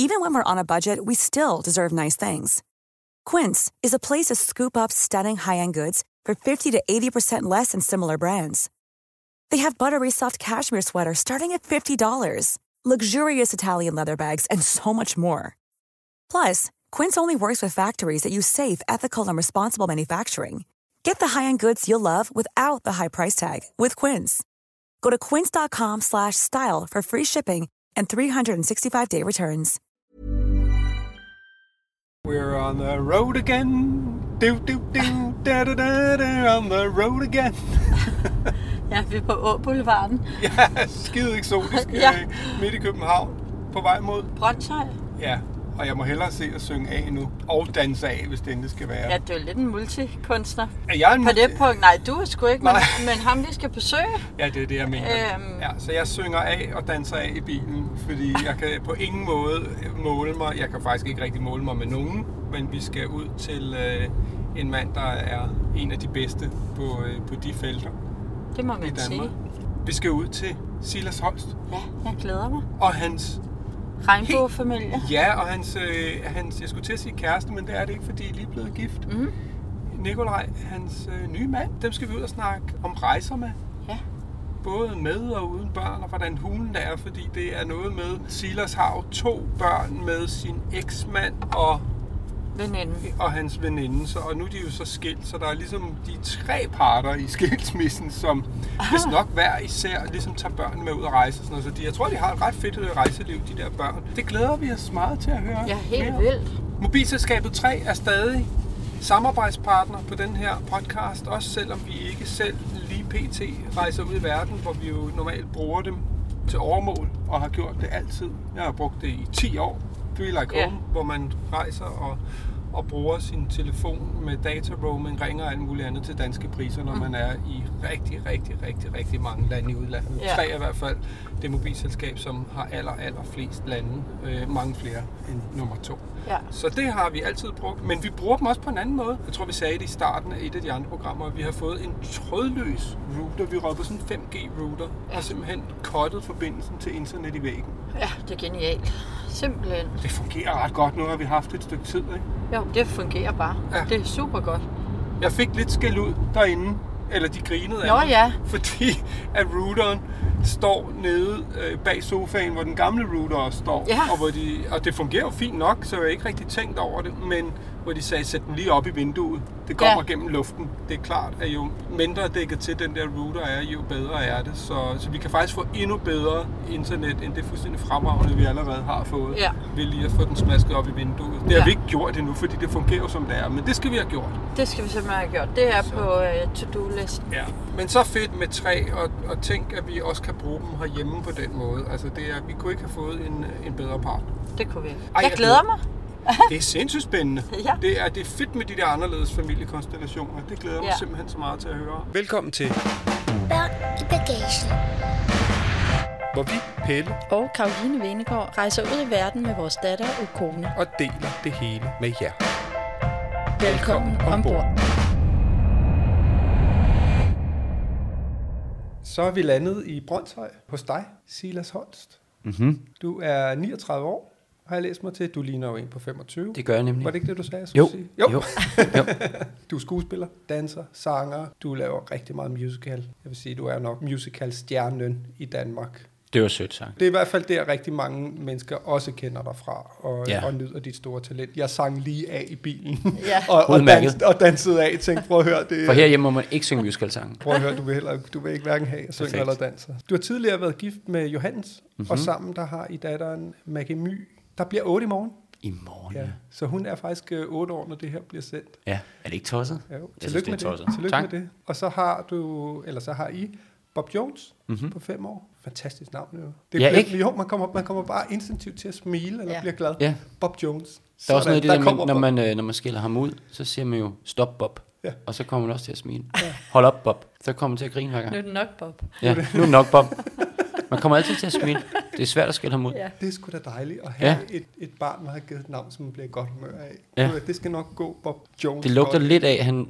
Even when we're on a budget, we still deserve nice things. Quince is a place to scoop up stunning high-end goods for 50 to 80% less than similar brands. They have buttery soft cashmere sweaters starting at $50, luxurious Italian leather bags, and so much more. Plus, Quince only works with factories that use safe, ethical, and responsible manufacturing. Get the high-end goods you'll love without the high price tag with Quince. Go to quince.com/style for free shipping and 365-day returns. We're on the road again. Do, do, do, da, da, da, da, on the road again. Ja, vi er på Åboulevarden. Ja, skide eksotisk midt i København. På vej mod Brønshøj. Ja, og jeg må hellere se at synge af nu. Og danse af, hvis det endelig skal være. Ja, du er lidt en multikunstner. Er jeg en på det punkt? Nej, du er sgu ikke, men ham vi skal besøge. Ja, det er det, jeg mener. Ja, så jeg synger af og danser af i bilen, fordi jeg kan på ingen måde måle mig. Jeg kan faktisk ikke rigtig måle mig med nogen, men vi skal ud til en mand, der er en af de bedste på de felter. Det må man sige. Vi skal ud til Silas Holst. Ja, jeg glæder mig. Og hans regnbuefamilie. Ja, og hans, jeg skulle til at sige kæreste, men det er det ikke, fordi de er lige blevet gift. Mm. Nikolaj, hans nye mand, dem skal vi ud og snakke om rejser med. Ja. Både med og uden børn, og hvordan hulen der er, fordi det er noget med, Silas har jo 2 børn med sin eksmand og hans veninde, og nu er de jo så skilt, så der er ligesom de 3 parter i skilsmissen, som hvis nok hver især ligesom tager børn med ud og rejse. Sådan noget. Så jeg tror, de har et ret fedt rejseliv, de der børn. Det glæder vi os meget til at høre. Ja, helt vildt. Mobilselskabet 3 er stadig samarbejdspartner på den her podcast, også selvom vi ikke selv lige pt. Rejser ud i verden, hvor vi jo normalt bruger dem til overmål og har gjort det altid. Jeg har brugt det i 10 år. Feel Like Home, hvor man rejser og bruger sin telefon med data roaming, ringer og alt muligt andet til danske priser, når man er i rigtig mange lande i udlandet. Ja. 3 er i hvert fald det mobilselskab, som har aller flest lande, mange flere end nummer 2. Ja. Så det har vi altid brugt, men vi bruger dem også på en anden måde. Jeg tror, vi sagde det i starten af et af de andre programmer, at vi har fået en trådløs router. Vi råber sådan en 5G-router og simpelthen cuttet forbindelsen til internet i væggen. Ja, det er genialt. Simpelthen. Det fungerer ret godt nu, har vi haft et stykke tid, ikke? Jo, det fungerer bare. Ja. Det er super godt. Jeg fik lidt skæld ud derinde, eller de grinede af mig, fordi at routeren står nede bag sofaen, hvor den gamle router også står, og det fungerer jo fint nok, så jeg har ikke rigtig tænkt over det, men hvor de sagde, sæt den lige op i vinduet. Det kommer gennem luften. Det er klart, at jo mindre dækket til den der router er, jo bedre er det. Så vi kan faktisk få endnu bedre internet, end det fuldstændig fremragende, vi allerede har fået. Ja. Ved lige at få den smasket op i vinduet. Det har vi ikke gjort endnu, fordi det fungerer som det er, men det skal vi have gjort. Det skal vi simpelthen have gjort. Det er på to-do-listen. Ja, men så fedt med 3, og tænk, at vi også kan bruge dem herhjemme på den måde. Altså, vi kunne ikke have fået en bedre partner. Det kunne vi ikke. Jeg glæder mig. Det er sindssygt spændende. Ja. Det er fedt med de der anderledes familiekonstellationer. Det glæder mig simpelthen så meget til at høre. Velkommen til Børn i bagagen. Hvor vi, Pelle og Caroline Venegård, rejser ud i verden med vores datter og kone. Og deler det hele med jer. Velkommen ombord. Så er vi landet i Brønshøj hos dig, Silas Holst. Mm-hmm. Du er 39 år. Har jeg læst mig til, du ligner jo en på 25. Det gør jeg nemlig. Var det ikke det, du sagde? Jo. Sige? Jo. Du er skuespiller, danser, sanger. Du laver rigtig meget musical. Jeg vil sige, du er nok musical-stjernen i Danmark. Det var sødt sagt. Det er i hvert fald der, rigtig mange mennesker også kender dig fra, og nyder dit store talent. Jeg sang lige af i bilen, og dansede af. Tænkte, prøv at høre det. For herhjemme må man ikke synge musical-sange. Prøv at høre, du vil ikke hverken have synge eller danser. Du har tidligere været gift med Johannes, og sammen der har I datteren Maggie My. Der bliver 8 i morgen. I morgen, ja. Så hun er faktisk 8 år, når det her bliver sendt. Ja, er det ikke tosset? Jo, tillykke med det. Tillykke med det. Og så har I Bob Jones på 5 år. Fantastisk navn, jo. Det er ikke? Jo, man kommer bare instinktivt til at smile, eller bliver glad. Ja. Bob Jones. Der er også noget i det, når man skiller ham ud, så siger man jo, stop Bob. Ja. Og så kommer man også til at smile. Ja. Hold op, Bob. Så kommer man til at grine hver gang. Nu er det nok, Bob. Ja, nu er det nok, Bob. Man kommer altid til at smile. Det er svært at skille ham ud. Ja. Det er sgu da dejligt at have et barn, man har givet et navn, som man bliver godt humør af. Ja. Det skal nok gå, Bob Jones. Det lugter lidt af,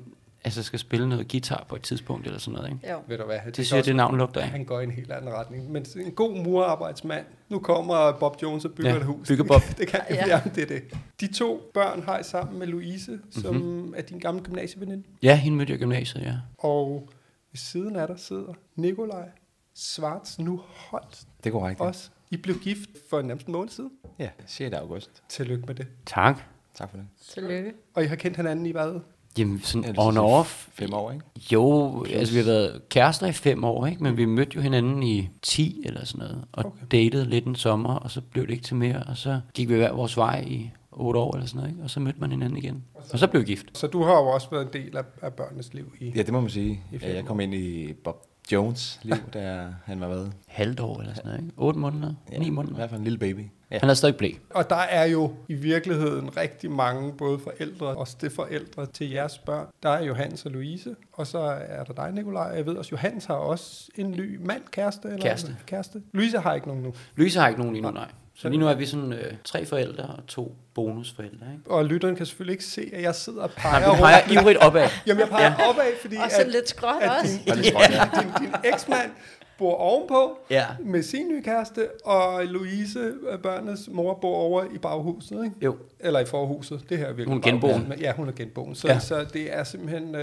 altså skal spille noget guitar på et tidspunkt eller sådan noget, ikke? Jo. Ved du hvad? Det synes jeg, det navn lugter af. Han går i en helt anden retning. Men en god murarbejdsmand. Nu kommer Bob Jones og bygger et hus. Bygger Bob. Det kan det er det. De 2 børn har I sammen med Louise, som er din gamle gymnasieveninde. Ja, hende mødte jeg i gymnasiet, ja. Og ved siden af der sidder Nikolaj Schwartz, nu Holt. Det er korrekt. Også. I blev gift for nærmest en måned siden. Ja, 6. august. Tillykke med det. Tak. Tak for det. Tillykke. Og I har kendt hinanden i hvad? Jamen, sådan Ja, on og off. 5 år, ikke? Jo, altså vi har været kærester i 5 år, ikke? Men vi mødte jo hinanden i 10 eller sådan noget. Og datede lidt en sommer, og så blev det ikke til mere. Og så gik vi hver vores vej i 8 år eller sådan noget, ikke? Og så mødte man hinanden igen. Og så blev vi gift. Så du har jo også været en del af børnenes liv i... Ja, det må man sige. I 5 Jeg kom ind i Bob Jones liv, da han var hvad? Halvt år eller sådan noget, ikke? 8 måneder? 9 I måneder? hvert fald en lille baby. Ja. Han er stadig blæ. Og der er jo i virkeligheden rigtig mange, både forældre og steforældre til jeres børn. Der er Johannes og Louise, og så er der dig, Nikolaj. Jeg ved også, Johannes har også en ny mand, kæreste? Eller kæreste. Louise har ikke nogen nu. Louise har ikke nogen lige nu, nej. Så lige nu er vi sådan 3 forældre og 2 bonusforældre, ikke? Og lytteren kan selvfølgelig ikke se, at jeg sidder og Nej, peger vi peger ivrigt opad. Jamen, jeg peger opad, fordi Og så lidt skråt også. din eksmand bor ovenpå Ja. med sin nye kæreste, og Louise, børnenes mor, bor over i baghuset, ikke? Jo. Eller i forhuset. Det her er virkelig Hun er genboen. baghuset, men ja, hun er genboen. Så det er simpelthen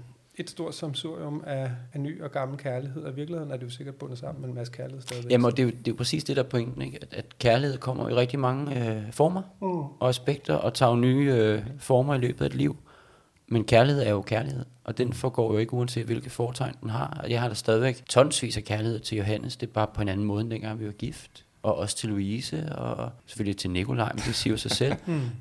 et stort samsurium af ny og gammel kærlighed. Og i virkeligheden er det jo sikkert bundet sammen med en masse kærlighed stadigvæk. Jamen, og det er jo præcis det, der er pointen, ikke? At kærlighed kommer i rigtig mange former og aspekter, og tager jo nye former i løbet af et liv. Men kærlighed er jo kærlighed, og den forgår jo ikke uanset hvilke foretegn den har. Jeg har da stadigvæk tonsvis af kærlighed til Johannes, det er bare på en anden måde, end dengang vi var gift. Og også til Louise, og selvfølgelig til Nikolaj, men det siger jo sig selv.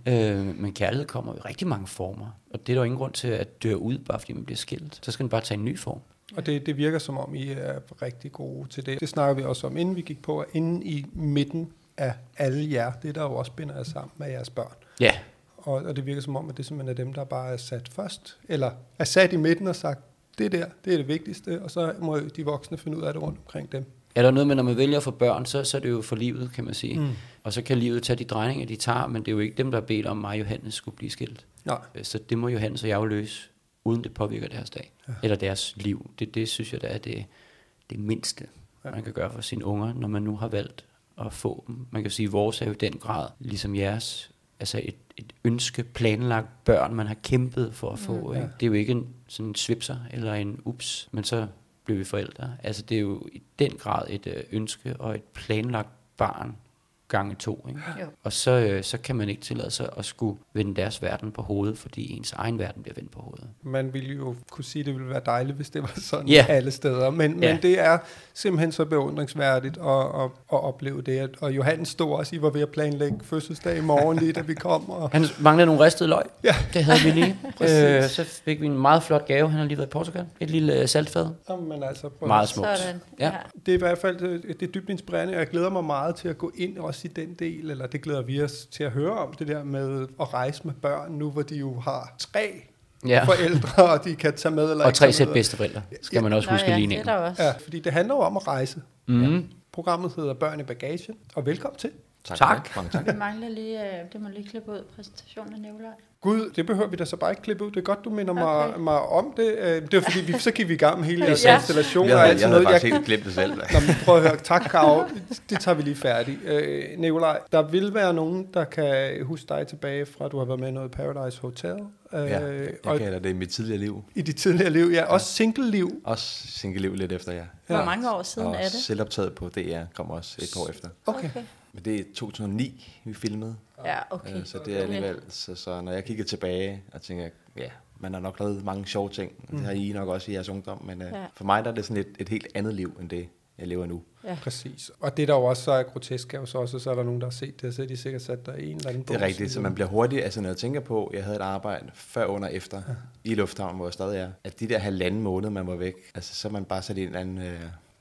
Men kærlighed kommer i rigtig mange former, og det er der jo ingen grund til at dø ud, bare fordi man bliver skilt. Så skal den bare tage en ny form. Og det virker som om, I er rigtig gode til det. Det snakker vi også om, inden vi gik på, at inde i midten af alle jer, det der jo også binder jer sammen med jeres børn. Ja. Og det virker som om, at det simpelthen er dem, der bare er sat først, eller er sat i midten og sagt, det er det vigtigste, og så må de voksne finde ud af det rundt omkring dem. Er der noget med, når man vælger for børn, så er det jo for livet, kan man sige. Og så kan livet tage de drejninger, de tager, men det er jo ikke dem, der har bedt om mig og Johannes skulle blive skilt. Nej. Så det må Johannes og jeg jo løse, uden det påvirker deres dag, eller deres liv. Det synes jeg, der er det mindste, man kan gøre for sine unger, når man nu har valgt at få dem. Man kan sige, at vores er jo i den grad, ligesom jeres, altså et ønske, planlagt børn, man har kæmpet for at få. Ikke? Det er jo ikke sådan en svipser eller en ups, men så blev vi forældre. Altså det er jo i den grad et ønske og et planlagt barn gange 2. Ikke? Og så kan man ikke tillade sig at skulle vende deres verden på hovedet, fordi ens egen verden bliver vendt på hovedet. Man ville jo kunne sige, at det ville være dejligt, hvis det var sådan alle steder. Men det er simpelthen så beundringsværdigt at opleve det. Og Johannes stod også, I var ved at planlægge fødselsdag i morgen lige, da vi kom. Og han manglede nogle ristede løg. Ja. Det havde vi lige. Præcis. Så fik vi en meget flot gave. Han har lige været i Portugal. Et lille saltfad. Jamen, altså, meget smukt. Ja. Det er i hvert fald det er dybt inspirerende, og jeg glæder mig meget til at gå ind også i den del, eller det glæder vi os til at høre om, det der med at rejse med børn, nu hvor de jo har 3 forældre, og de kan tage med eller og ikke 3 sæt bedsteforældre, skal man også huske lige nævne. Ja, fordi det handler jo om at rejse. Programmet hedder Børn i Bagagen, og velkommen til. Tak. Vi mangler lige, det må lige klippe ud, præsentationen af Nikolaj. Gud, det behøver vi da så bare ikke klippe ud. Det er godt, du minder mig om det. Det er fordi, så gik vi i gang med hele jeres installation. Jeg havde faktisk helt glemt det selv. Nå, men prøv at høre. Tak, Karo. Det tager vi lige færdigt. Nikolaj, der vil være nogen, der kan huske dig tilbage fra, du har været med i noget Paradise Hotel. Jeg kalder det i mit tidligere liv. I dit tidligere liv, ja. Også single-liv. Også single-liv lidt efter, ja. Hvor mange år siden er det? Og selvoptaget på DR kom også et år efter. Okay. Men det er 2009, vi filmede. Ja, okay. Så det er alligevel, så når jeg kigger tilbage og tænker, man har nok lavet mange sjove ting, og det har I nok også i jeres ungdom, men for mig der er det sådan et helt andet liv, end det, jeg lever nu. Ja. Præcis. Og det der jo også så er grotesk, er jo så også, så er der nogen, der har set det, og så er de sikkert sat der i en eller anden bog. Det er rigtigt, så man bliver hurtigt, altså når jeg tænker på, jeg havde et arbejde før, under, efter, i lufthavnen, hvor jeg stadig er, at de der 1,5 måned, man var væk, altså så er man bare sat i en eller anden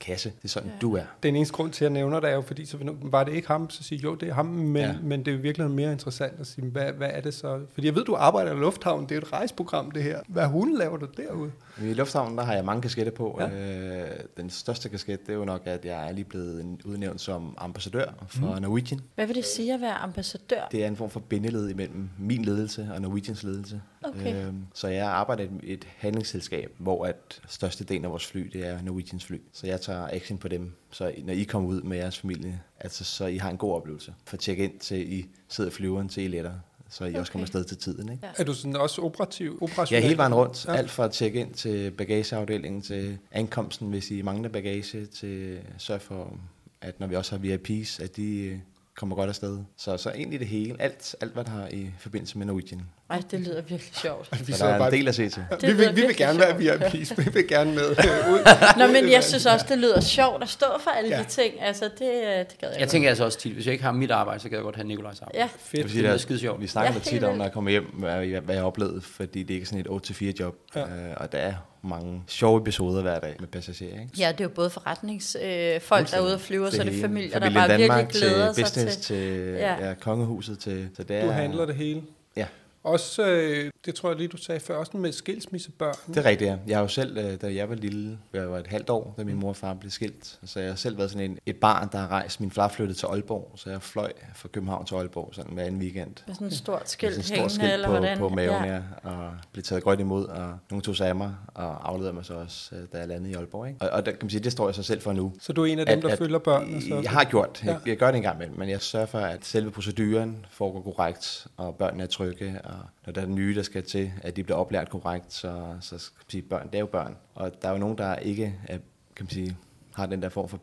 kasse. Det er sådan, du er. Den eneste grund til, at jeg nævner det, er jo, fordi så var det ikke ham, så siger jo, det er ham, men det er jo virkelig mere interessant at sige, hvad er det så? Fordi jeg ved, du arbejder i Lufthavn, det er jo et rejseprogram, det her. Hvad hunden laver du derude? I Lufthavnen, der har jeg mange kasketter på. Ja. Den største kasket, det er jo nok, at jeg er lige blevet udnævnt som ambassadør for Norwegian. Hvad vil det sige at være ambassadør? Det er en form for bindeled imellem min ledelse og Norwegians ledelse. Okay. Så jeg arbejder i et handlingsselskab, hvor at størstedelen af vores fly, det er Norwegians fly. Så jeg tager action på dem. Så når I kommer ud med jeres familie, altså, så I har en god oplevelse. For at tjekke ind til I sidder flyveren til I letter, så I også kommer afsted til tiden. Ikke? Ja. Er du sådan også operationel? Ja, hele vejen rundt. Ja. Alt fra at tjekke ind til bagageafdelingen, til ankomsten, hvis I mangler bagage, til sørge for, at når vi også har VIP's, at de kommer godt afsted. Så egentlig det hele. Alt hvad der har i forbindelse med Norwegian. Ej, det lyder virkelig sjovt. Så der er en del at se til. Vi vil gerne være VIP's. Vi vil gerne med ud. Nå, men jeg synes også, det lyder sjovt at stå for alle de ting. Altså, det gad jeg tænker altså også tit, hvis jeg ikke har mit arbejde, så kan jeg godt have Nikolajs arbejde. Ja. Fedt. Det er skide sjovt. Vi snakker tit om, når jeg kommer hjem, hvad jeg oplevede, fordi det ikke er sådan et 8-4 job. Ja. Og der er mange sjove episoder hver dag med passagerer. Ikke? Ja, det er jo både forretningsfolk, der er ude og flyver, så det er familier, der bare virkelig glæder sig til. Business til kongehuset til det. Du handler det hele. Ja. Også, det tror jeg lige, du sagde før, også med skilsmissebørn. Det er rigtigt, ja. Jeg har jo selv, da jeg var lille, jeg var et halvt år, da min mor og far blev skilt. Så jeg har selv været sådan et barn, der har rejst. Min far flyttede til Aalborg, så jeg fløj fra København til Aalborg sådan hver anden weekend. Med sådan et stort skilt hængende, eller hvordan? På maven, ja. Og blev taget godt imod, og nogen tog sig af mig, og afleverede mig så også, da jeg landede i Aalborg. Ikke? Og der kan man sige, det står jeg så selv for nu. Så du er en af dem, der følger børnene? Så? Jeg har gjort. Jeg gør det en gang imellem, men jeg sørger for, at selve proceduren foregår korrekt, og børnene er trygge, og når der er nye, der skal til, at de bliver oplært korrekt, så kan man sige, børn, det er jo børn. Og der er jo nogen, der ikke er, kan man sige, har den der form for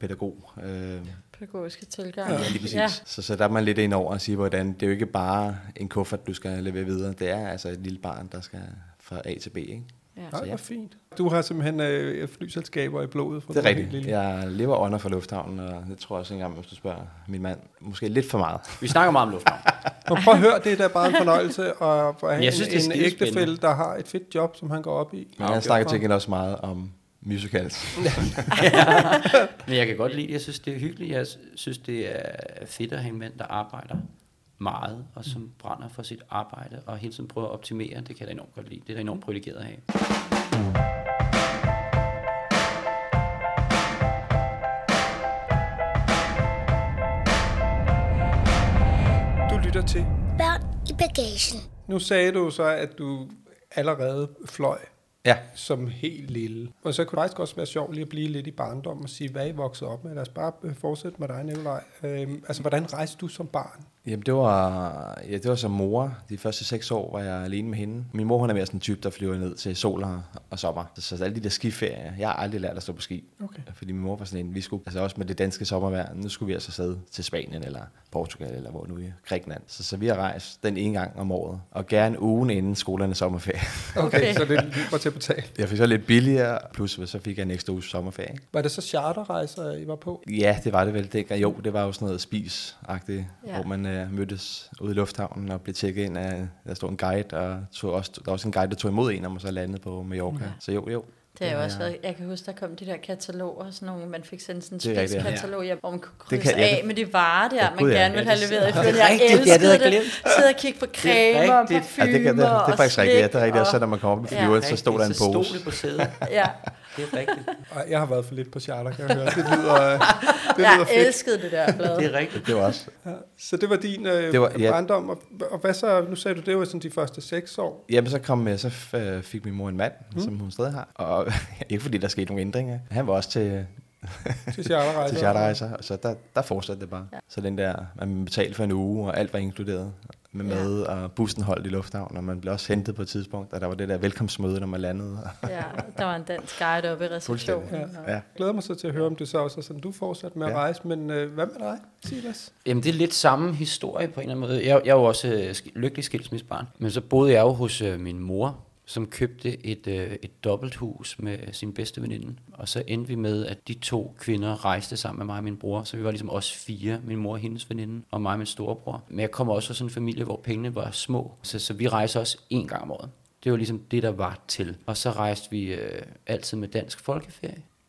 pædagogiske tilgang. Ja, lige præcis. Ja. Så der er man lidt ind over og sige, hvordan det er jo ikke bare en kuffert, du skal levere videre. Det er altså et lille barn, der skal fra A til B, ikke? Ja. Det var fint. Du har simpelthen flyselskaber i blodet. Det er rigtigt. Jeg lever under for lufthavnen, og det tror jeg også engang, hvis du spørger min mand. Måske lidt for meget. Vi snakker meget om lufthavn. Men prøv at høre, det er da bare en fornøjelse at have en ægtefælle, der har et fedt job, som han går op i. Men jeg snakker til også meget om musicals. Men jeg kan godt lide, jeg synes, det er hyggeligt. Jeg synes, det er fedt at have en mand, der arbejder meget, og som brænder for sit arbejde, og hele tiden prøver at optimere. Det kan jeg da enormt godt lide. Det er da enormt privilegeret at have. Du lytter til Børn i bagagen. Nu sagde du så, at du allerede fløj som helt lille. Og så kunne det faktisk også være sjovt lige at blive lidt i barndom og sige, hvad I voksede op med. Lad os bare fortsætte med dig, Nikolaj. Altså, hvordan rejste du som barn? Jamen, det var som mor. De første 6 år var jeg alene med hende. Min mor, hun er mere sådan en type, der flyver ned til sol og sommer. Så alle de der skiferier, jeg har aldrig lært at stå på ski. Okay. Fordi min mor var sådan en, vi skulle, altså også med det danske sommervejr, nu skulle vi altså sidde til Spanien eller Portugal eller hvor nu i Grækenland. Så vi har rejst den ene gang om året, og gerne ugen inden skolernes sommerferie. Okay, så det var til at betale. Jeg fik så lidt billigere, plus så fik jeg en ekstra uges sommerferie. Var det så charterrejser, I var på? Ja, det var det vel. Jo, det var jo sådan noget spis-agtigt, hvor man mødtes ude i lufthavnen og blev tjekket ind af, der stod en guide, og der var også en guide, der tog imod en, og man så landede på Mallorca. Ja. Så jo. Det har jo også været, jeg kan huske, der kom de der kataloger, sådan nogle, man fik sendt sådan en spidskatalog hjem, hvor man kunne krydse af med de varer der, man gerne ville have leveret i flyet. Jeg elskede det. Sidde og kigge på cremer og parfumer. Det er faktisk rigtigt. Det er rigtigt. Og så når man kommer op i flyveren, så stod der en pose. Så stod det på sædet. Ja. Det er rigtigt. Jeg har været for lidt på charter, kan jeg høre. Det lyder jeg fedt. Elskede det der blad. Det er rigtigt. Det var også. Ja. Så det var din barndom. Og hvad så, nu sagde du, det var sådan de første 6 år. Jamen, så fik min mor en mand, som hun stadig har. Og ikke fordi der skete nogle ændringer. Han var også til charterrejser. Så der fortsatte det bare. Ja. Så den der, man betalte for en uge, og alt var inkluderet. Med mad, og bussen holdt i lufthavnen, og man blev også hentet på et tidspunkt, og der var det der velkomstmøde, når man landede. Ja, der var en dansk guide oppe i receptionen. Ja. Jeg glæder mig så til at høre, om det så også er sådan, du fortsat med at rejse, men hvad med dig, Silas? Jamen, det er lidt samme historie på en eller anden måde. Jeg er jo også lykkelig skilsmissebarn, men så boede jeg jo hos min mor, som købte et dobbelthus med sin bedste veninde. Og så endte vi med, at de 2 kvinder rejste sammen med mig og min bror. Så vi var ligesom os 4, min mor og hendes veninde, og mig og min storebror. Men jeg kommer også fra sådan en familie, hvor pengene var små. Så vi rejste også 1 gang om året. Det var ligesom det, der var til. Og så rejste vi altid med Dansk Folkeferie.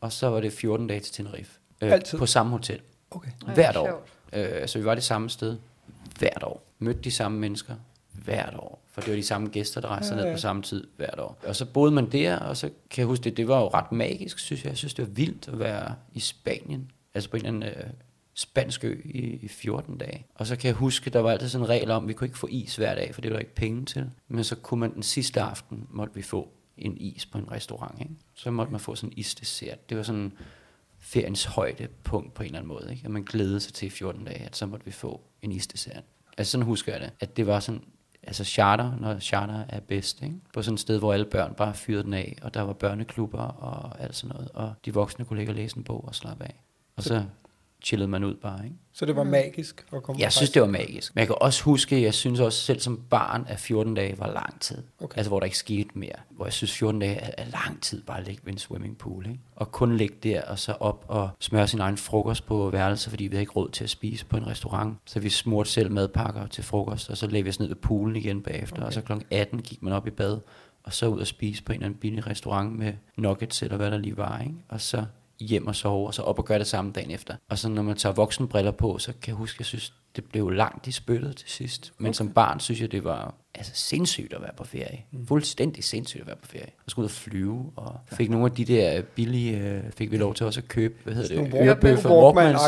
og så var det 14 dage til Tenerife. Altid? På samme hotel. Okay. Hvert år. Så vi var det samme sted hvert år. Mødte de samme mennesker hvert år. For det var de samme gæster, der rejste ned på samme tid hvert år. Og så boede man der, og så kan jeg huske, det var jo ret magisk, synes jeg. Jeg synes, det var vildt at være i Spanien. Altså på en eller anden spansk ø i 14 dage. Og så kan jeg huske, der var altid sådan en regel om, at vi kunne ikke få is hver dag, for det var der ikke penge til. Men så kunne man den sidste aften, måtte vi få en is på en restaurant. Ikke? Så måtte man få sådan en isdessert. Det var sådan feriens højdepunkt på en eller anden måde. Ikke? At man glædede sig til i 14 dage, at så måtte vi få en isdessert. Altså sådan husker jeg det. At det var sådan, altså charter, når charter er bedst. Ikke? På sådan et sted, hvor alle børn bare fyrede den af, og der var børneklubber og alt sådan noget. Og de voksne kunne ligge og læse en bog og slappe af. Og så chillede man ud bare, ikke? Så det var magisk at komme? Jeg synes, det var magisk. Men jeg kan også huske, jeg synes også selv som barn, at 14 dage var lang tid. Okay. Altså, hvor der ikke skete mere. Hvor jeg synes, 14 dage er lang tid bare at ligge ved en swimmingpool, ikke? Og kun ligge der, og så op og smøre sin egen frokost på værelset, fordi vi havde ikke råd til at spise på en restaurant. Så vi smurte selv madpakker til frokost, og så lagde vi os ned ved poolen igen bagefter. Okay. Og så kl. 18 gik man op i bad, og så ud og spise på en eller anden billig restaurant med nuggets, eller hvad der lige var, ikke? Og så hjem og sove, og så op og gøre det samme dagen efter. Og så når man tager voksenbriller på, så kan jeg huske, jeg synes, det blev langt i spyttet til sidst. Men som barn synes jeg, det var sindssygt at være på ferie. Fuldstændig sindssygt at være på ferie. Jeg skulle ud og flyve, og fik nogle af de der billige, fik vi lov til også at købe, hvad hedder det? Ørebøffer, Walkmans,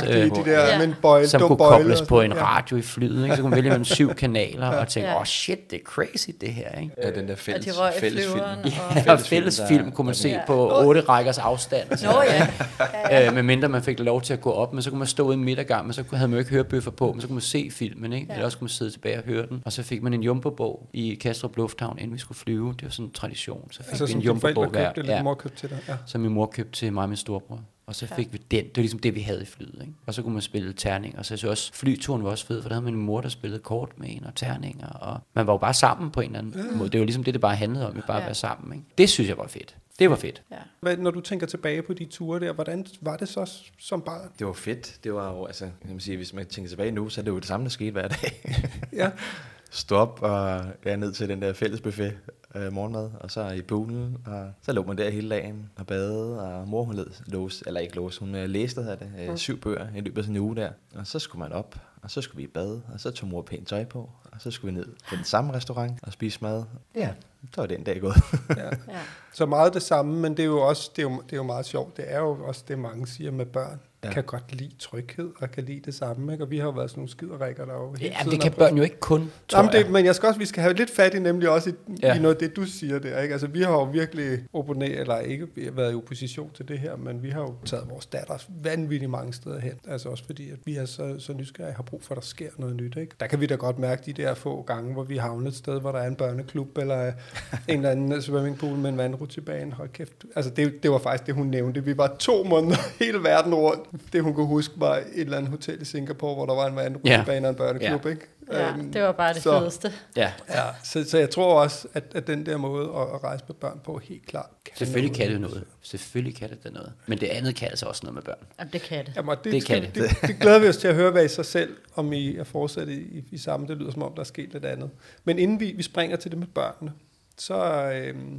som kunne kobles på en radio i flyet, ikke? Så kunne man vælge mellem 7 kanaler, og tænke, shit, det er crazy det her, ikke? Ja, den der fælles film. Ja, fælles film kunne man se på 8 rækkers afstand. Med mindre man fik lov til at gå op, men så kunne man stå ude i midtergang, men så havde man jo ikke hørebøffer på, men så kunne man se filmen, ikke? Eller også kunne man sidde tilbage og høre den. Og så fik man en Jumbo-bog i Kastrup Lufthavn, inden vi skulle flyve. Det var sådan en tradition. Så fik vi en Jumbo-bog som min mor købte til mig og min storebror. Og så fik vi den. Det var ligesom det, vi havde i flyet, ikke? Og så kunne man spille terning. Og så også flyturen var også fed, for der havde man en mor, der spillede kort med en og terninger. Og man var jo bare sammen på en eller anden måde. Det var ligesom det bare handlede om, at bare være sammen, ikke? Det synes jeg var fedt. Det var fedt. Ja. Når du tænker tilbage på de ture der, hvordan var det så som barn? Det var fedt. Det var jo, altså, kan man sige, hvis man tænker tilbage nu, så er det jo det samme, der skete hver dag. Ja. Stå op og ned til den der fællesbuffet morgenmad, og så i poolen, og så lå man der hele dagen og bade, og mor hun hun læste det 7 bøger i løbet af sådan en uge der, og så skulle man op, og så skulle vi i bad, og så tog mor pænt tøj på, og så skulle vi ned på den samme restaurant og spise mad. Ja, så var den dag gået. Ja. Så meget det samme, men det er jo også det er jo meget sjovt. Det er jo også det, mange siger med børn. Kan godt lide tryghed og kan lide det samme, ikke? Og vi har jo været sådan nogle skiderikker der jo hele tiden. Det kan børn jo ikke kun, men vi skal have lidt fat i nemlig også i noget af det, du siger der, ikke? Altså vi har jo virkelig opponeret, eller ikke været i opposition til det her, men vi har jo taget vores datter vanvittigt mange steder hen. Altså også fordi, at vi er så nysgerrige, har brug for, at der sker noget nyt, ikke? Der kan vi da godt mærke de der få gange, hvor vi havner et sted, hvor der er en børneklub, eller en eller anden swimmingpool med en vandrutsjebane. Hold kæft. Altså det var faktisk det, hun nævnte. Vi var 2 måneder hele verden rundt. Det hun kunne huske var et eller andet hotel i Singapore, hvor der var en vandrutsjebane og en børneklub, ikke? Ja, det var bare det fedeste. Ja. Så jeg tror også, at den der måde at rejse med børn på, helt klart Selvfølgelig kan det noget. Selvfølgelig kan det noget. Men det andet kan altså også noget med børn. Jamen, det kan det. Jamen, det glæder vi os til at høre, hvad I sig selv, om I er fortsat i samme. Det lyder som om, der er sket lidt andet. Men inden vi springer til det med børnene, så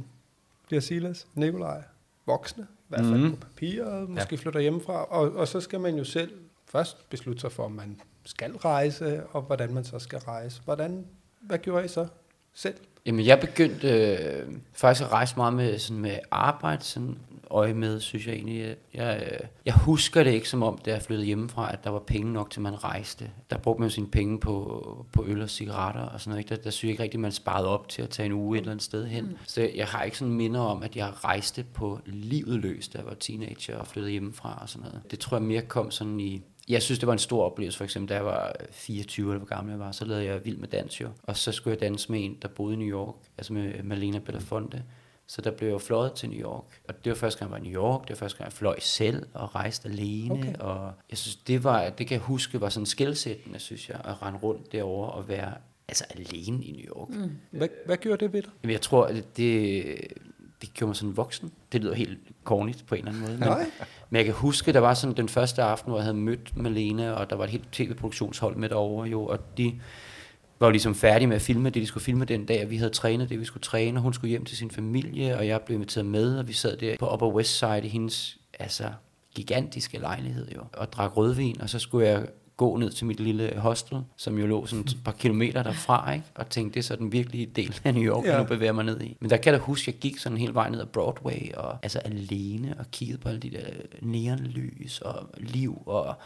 bliver Silas, Nikolaj, voksne, i hvert fald på papiret, måske flytter hjemmefra, og så skal man jo selv først beslutte sig for, om man skal rejse, og hvordan man så skal rejse. Hvad gjorde I så selv? Jamen, jeg begyndte faktisk at rejse meget med arbejde, sådan øje med, synes jeg egentlig. Jeg husker det ikke som om, da jeg flyttede hjemmefra, at der var penge nok til, man rejste. Der brugte man sine penge på øl og cigaretter og sådan noget. Der synes jeg ikke rigtigt, man sparede op til at tage en uge et eller andet sted hen. Så jeg har ikke sådan minder om, at jeg rejste på livet løs, da jeg var teenager og flyttede hjemmefra og sådan noget. Det tror jeg mere kom sådan i... Jeg synes, det var en stor oplevelse, for eksempel, da jeg var 24, eller hvor gammel jeg var, så lavede jeg Vild med Dans jo. Og så skulle jeg danse med en, der boede i New York, altså med Malena Belafonte. Så der blev jeg fløjet til New York. Og det var første gang, jeg var i New York. Det var første gang, jeg fløj selv og rejste alene. Okay. Og jeg synes, det kan jeg huske, var sådan skelsættende, synes jeg, at rende rundt derovre og være alene i New York. Hvad gjorde det ved dig? Jamen, jeg tror, at det gjorde mig sådan voksen. Det lyder helt cornigt på en eller anden måde. Men jeg kan huske, der var sådan den første aften, hvor jeg havde mødt Malene, og der var et helt tv-produktionshold med derovre jo, og de var jo ligesom færdige med at filme det, de skulle filme den dag, og vi havde trænet det, vi skulle træne, og hun skulle hjem til sin familie, og jeg blev inviteret med, og vi sad der på Upper West Side i hendes gigantiske lejlighed jo, og drak rødvin, og så skulle jeg gå ned til mit lille hostel, som jo lå sådan et par kilometer derfra, ikke? Og tænkte, det er så den virkelige del af New York, jeg nu bevæger mig ned i. Men der kan jeg da huske, at jeg gik sådan hele vejen ned ad Broadway, og alene, og kiggede på alle de der neonlys og liv,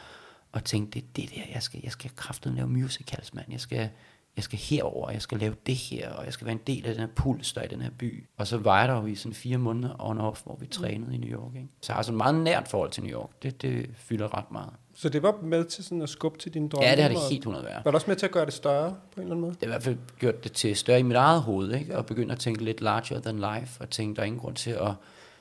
og tænkte, det der, jeg skal kraftedeme lave musicals, mand. Jeg skal herover, jeg skal lave det her, og jeg skal være en del af den her puls, der er i den her by. Og så var jeg der jo i sådan 4 måneder on-off, hvor vi trænede i New York, ikke? Så jeg har sådan et meget nært forhold til New York. Det fylder ret meget. Så det var med til sådan at skubbe til dine drømme? Ja, det har det helt 100 været. Var det også med til at gøre det større på en eller anden måde? Det har i hvert fald gjort det til større i mit eget hoved, ikke? Og begynde at tænke lidt larger than life, og tænke, der er ingen grund til at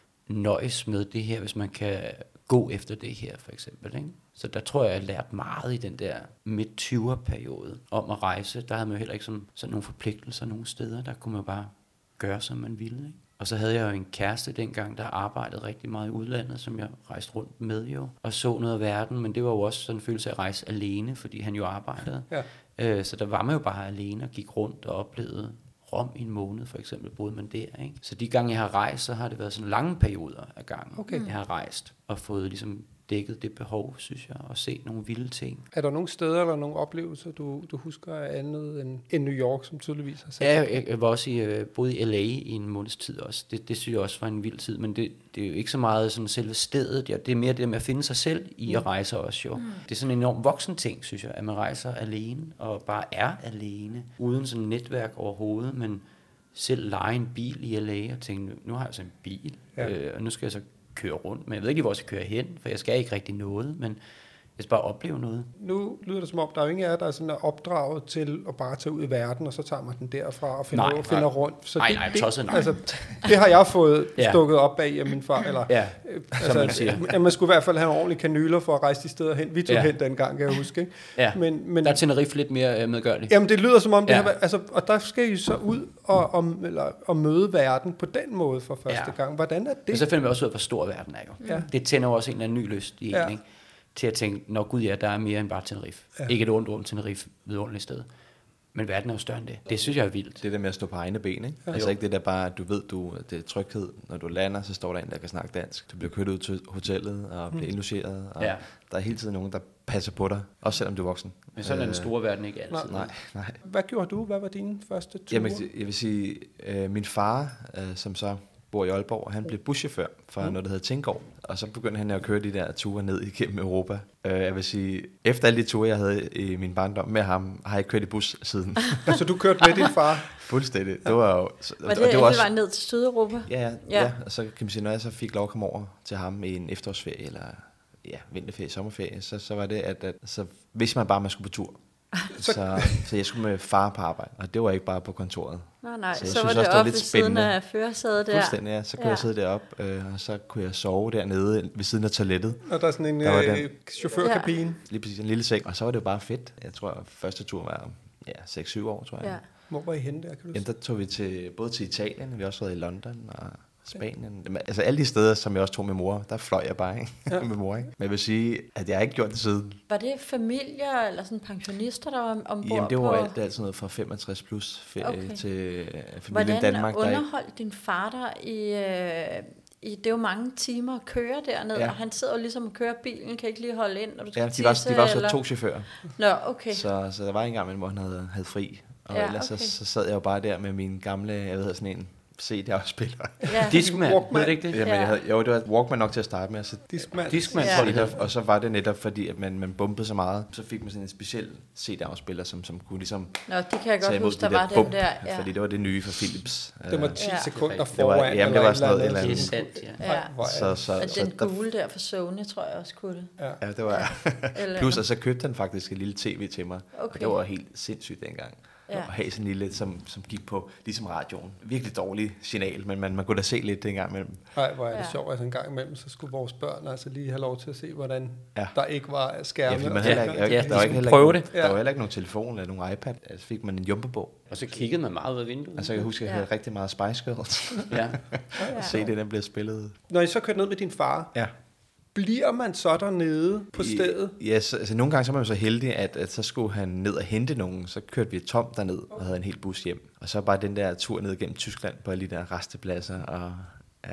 nøjes med det her, hvis man kan gå efter det her, for eksempel, ikke? Så der tror jeg lært meget i den der midt-20'er-periode om at rejse. Der havde man jo heller ikke sådan nogle forpligtelser nogle steder. Der kunne man bare gøre, som man ville, ikke? Og så havde jeg jo en kæreste dengang, der arbejdede rigtig meget i udlandet, som jeg rejste rundt med jo, og så noget af verden, men det var jo også sådan en følelse af at rejse alene, fordi han jo arbejdede. Ja. Så der var man jo bare alene og gik rundt og oplevede Rom i en måned, for eksempel, boede man der, ikke? Så de gange, jeg har rejst, så har det været sådan lange perioder af gangen. Okay. Jeg har rejst og fået ligesom dækket det behov, synes jeg, og set nogle vilde ting. Er der nogle steder eller nogle oplevelser, du husker af andet end New York, som tydeligvis har set? Ja, jeg var også boede i LA i en måneds tid også. Det synes jeg også var en vild tid, men det er jo ikke så meget sådan selve stedet. Ja, det er mere det med at finde sig selv i at rejse også jo. Det er sådan en enorm voksen ting, synes jeg, at man rejser alene og bare er alene, uden sådan et netværk overhovedet, men selv leje en bil i LA og tænke, nu har jeg så en bil, og nu skal jeg så køre rundt, men jeg ved ikke, hvor jeg skal køre hen, for jeg skal ikke rigtig noget, men jeg skal bare opleve noget. Nu lyder det som om, der er jo ingen af jer, der er sådan opdraget til at bare tage ud i verden, og så tager man den derfra og finder rundt. Så nej, altså, det har jeg fået stukket op bag af min far. Eller, som man siger. Man skulle i hvert fald have ordentlige kanyler for at rejse de steder hen. Vi tog hen dengang, kan jeg huske. Ikke? Ja. Men der er Tenerife lidt mere medgørligt. Jamen, det lyder som om, det har været, altså, og der skal I så ud og møde verden på den måde for første gang. Hvordan er det? Og så finder vi også ud af, hvor stor verden er jo. Ja. Det tænder jo også en eller anden ny lyst i en, ikke? Til at tænke, når Gud der er mere end bare Tenerife. Ja. Ikke et ondt ord om Tenerife, vidunderligt sted. Men verden er jo større end det. Det synes jeg er vildt. Det der med at stå på egne ben, ikke? Ja. Altså ikke det der bare, du ved, det er tryghed. Når du lander, så står der en, der kan snakke dansk. Du bliver kørt ud til hotellet og bliver indlogeret. Og der er hele tiden nogen, der passer på dig. Også selvom du er voksen. Men sådan er den store verden ikke altid. Nej. Hvad gjorde du? Hvad var dine første ture? Jamen, jeg vil sige, min far, som så bor i Aalborg, han blev buschauffør for noget, der hedder Tingård. Og så begyndte han at køre de der ture ned igennem Europa. Jeg vil sige, efter alle de ture, jeg havde i min barndom med ham, har jeg kørt i bus siden. Så du kørte med din far? Fuldstændig. Det var jo... Var det også vejen ned til Sydeuropa? Ja. Og så kan man sige, når jeg så fik lov at komme over til ham i en efterårsferie, eller vinterferie, sommerferie, så var det, at så vidste man bare, at man skulle på tur. Så jeg skulle med far på arbejde, og det var ikke bare på kontoret. Nej, så var det oppe ved siden af førersædet der. Fuldstændig, ja. Så kunne jeg sidde deroppe, og så kunne jeg sove dernede ved siden af toilettet. Og der er sådan en chaufførkabine. Lige præcis, en lille seng, og så var det jo bare fedt. Jeg tror, første tur var 6-7 år, tror jeg. Ja. Hvor var I henne der, kan du sige? Der tog vi både til Italien, vi har også været i London og Spanien. Altså alle de steder, som jeg også tog med mor, der fløj jeg bare med mor. Ikke? Men jeg vil sige, at jeg har ikke gjort det siden. Var det familier eller sådan pensionister, der var ombord? Jamen det var alt, det er sådan noget fra 65 plus ferie til familien Danmark. Hvordan underholdt din far dig det er jo mange timer at køre derned, og han sidder jo ligesom og kører bilen, kan ikke lige holde ind, når du skal tisse, de var så 2 chauffører. Nå, okay. Så der var en gang, hvor han havde fri, og ellers så sad jeg jo bare der med min gamle, jeg ved sådan en CD-afspiller. Ja. Discman, var det ikke det? Jamen, det var Walkman nok til at starte med. Altså, Discman. Og så var det netop, fordi at man bumpede så meget, så fik man sådan en speciel CD-afspiller, som kunne ligesom... Nå, det kan jeg godt huske, der var den der. Ja. Fordi det var det nye fra Philips. Det var 10 sekunder foran. Jamen, det var sådan noget eller andet. Det er sandt, ja. Den gule der fra Sony, tror jeg også kunne det. Ja, det var... Plus, og så købte han faktisk en lille tv til mig. Og det var helt sindssygt dengang. Og have sådan en lille, som gik på, ligesom radioen. Virkelig dårlig signal, men man kunne da se lidt en gang imellem. Nej, hvor er det sjovt, altså en gang imellem, så skulle vores børn altså lige have lov til at se, hvordan der ikke var skærme. Der var heller ikke nogen telefon eller nogen iPad. Altså fik man en jumbobog. Og så kiggede man meget ud af vinduet. Altså jeg husker, jeg havde rigtig meget Spice Girls. Og se det, den blev spillet. Når I så kørte ned med din far, bliver man så dernede på stedet? Ja, altså nogle gange så var man så heldig, at så skulle han ned og hente nogen. Så kørte vi tom derned og havde en hel bus hjem. Og så bare den der tur ned gennem Tyskland på alle de der rastepladser. Og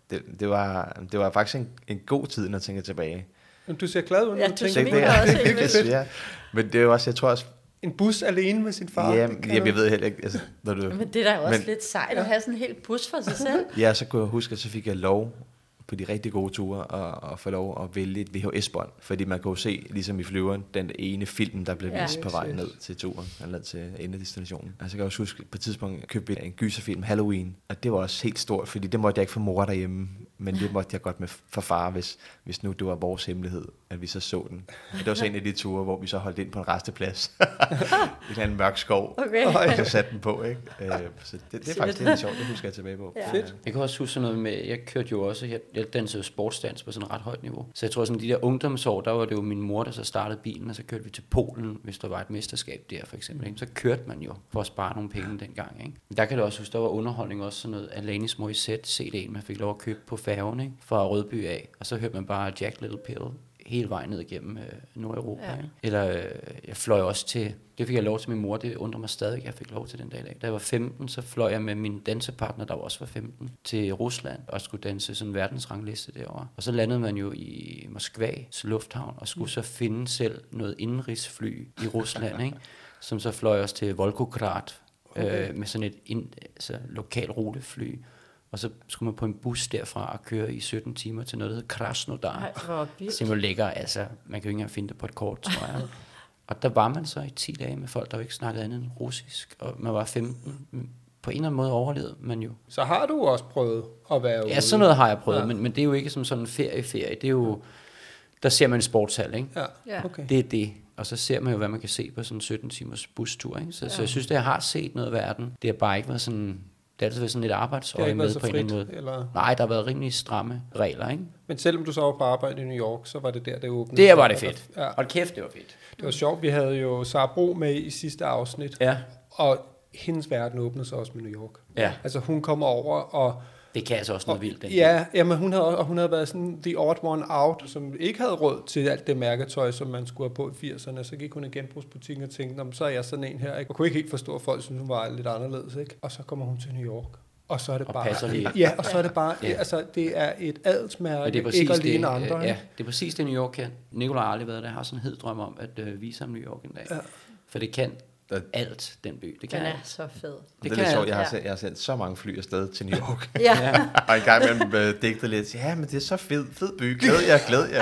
det var faktisk en god tid, når jeg tænker tilbage. Men du ser glad ud, når du tænker også helt fedt. Ja. Men det er jo også, jeg tror også... En bus alene med sin far? Ja, jeg ved heller ikke... Altså, men det er da også lidt sejt at have sådan en hel bus for sig selv. Ja, så kunne jeg huske, at så fik jeg lov på de rigtig gode ture og få lov at vælge et VHS-bånd. Fordi man kunne se, ligesom i flyveren, den ene film, der blev vist på vej ned til turen, eller til endedestinationen. Altså jeg kan også huske, på et tidspunkt købte en gyserfilm, Halloween, og det var også helt stort, fordi det måtte jeg ikke få mor derhjemme, men det måtte jeg godt med for far, hvis nu det var vores hemmelighed, at vi så den. Og det var så en af de ture, hvor vi så holdt ind på en resteplads. I en anden mørk skov, og så satte den på, ikke? Så det er faktisk lidt sjovt, det husker jeg tilbage på. Ja. Fedt. Jeg kan også huske sådan noget med, jeg kørte jo også, jeg dansede sportsdans på sådan et ret højt niveau. Så jeg tror sådan de der ungdomsår, der var det jo min mor, der så startede bilen, og så kørte vi til Polen, hvis der var et mesterskab der for eksempel. Ikke? Så kørte man jo for at spare nogle penge dengang. Ikke? Der kan du også huske, der var underholdning også sådan noget Alanis Morissette CD'en, man fik lov at købe på færgen, ikke? Fra Rødby af. Og så hørte man bare Jack Little Pill hele vejen ned igennem Nordeuropa. Ja. Eller jeg fløj også til, det fik jeg lov til min mor, det undrer mig stadig, jeg fik lov til den dag i dag. Da jeg var 15, så fløj jeg med min dansepartner, der også var 15, til Rusland og skulle danse sådan en verdensrangliste derovre. Og så landede man jo i Moskvas lufthavn og skulle så finde selv noget indenrigsfly i Rusland, ikke? Som så fløj os til Volgograd med sådan et lokal rutefly. Og så skulle man på en bus derfra og køre i 17 timer til noget, der hedder Krasnodar. Som jo ligger, altså, man kan jo ikke engang finde det på et kort, tror jeg. Og der var man så i 10 dage med folk, der jo ikke snakkede andet end russisk. Og man var 15. På en eller anden måde overlevede man jo. Så har du også prøvet at være ude? Ja, sådan noget har jeg prøvet, men det er jo ikke som sådan en ferie. Det er jo, der ser man en sportshal, ikke? Ja, okay. Det er det. Og så ser man jo, hvad man kan se på sådan en 17 timers bustur, ikke? Så jeg synes, at jeg har set noget af verden. Det har bare ikke været sådan... Det har altid været sådan lidt arbejdsøje med på en eller anden måde. Eller? Nej, der har været rimelig stramme regler, ikke? Men selvom du så var på arbejde i New York, så var det der, det åbnede? Der var det fedt. Ja. Hold kæft, det var fedt. Det var sjovt. Vi havde jo Sara Bro med i sidste afsnit. Ja. Og hendes verden åbnede sig også med New York. Ja. Altså hun kommer over og... Det kan altså også noget vildt. Ja, men hun havde været sådan the odd one out, som ikke havde råd til alt det mærketøj, som man skulle have på i 80'erne. Så gik hun i genbrugsbutikken og tænkte, så er jeg sådan en her, ikke? Og kunne ikke helt forstå, at folk synes, hun var lidt anderledes, ikke? Og så kommer hun til New York. Og så er det bare... Ja, og så er det bare... Ja. Altså, det er et adelsmærke, ikke at ligne andre. Ja, det er præcis det, New York kan. Nicolaj har aldrig været der. Jeg har sådan en hed drøm om at vise ham New York en dag. Ja. For det kan alt, den by. Det kan den er så fed. Det er lidt sjovt. Jeg har sendt så mange fly afsted til New York. Ja. Og en gang imellem digtet lidt. Ja, men det er så fed by. Glæd jer.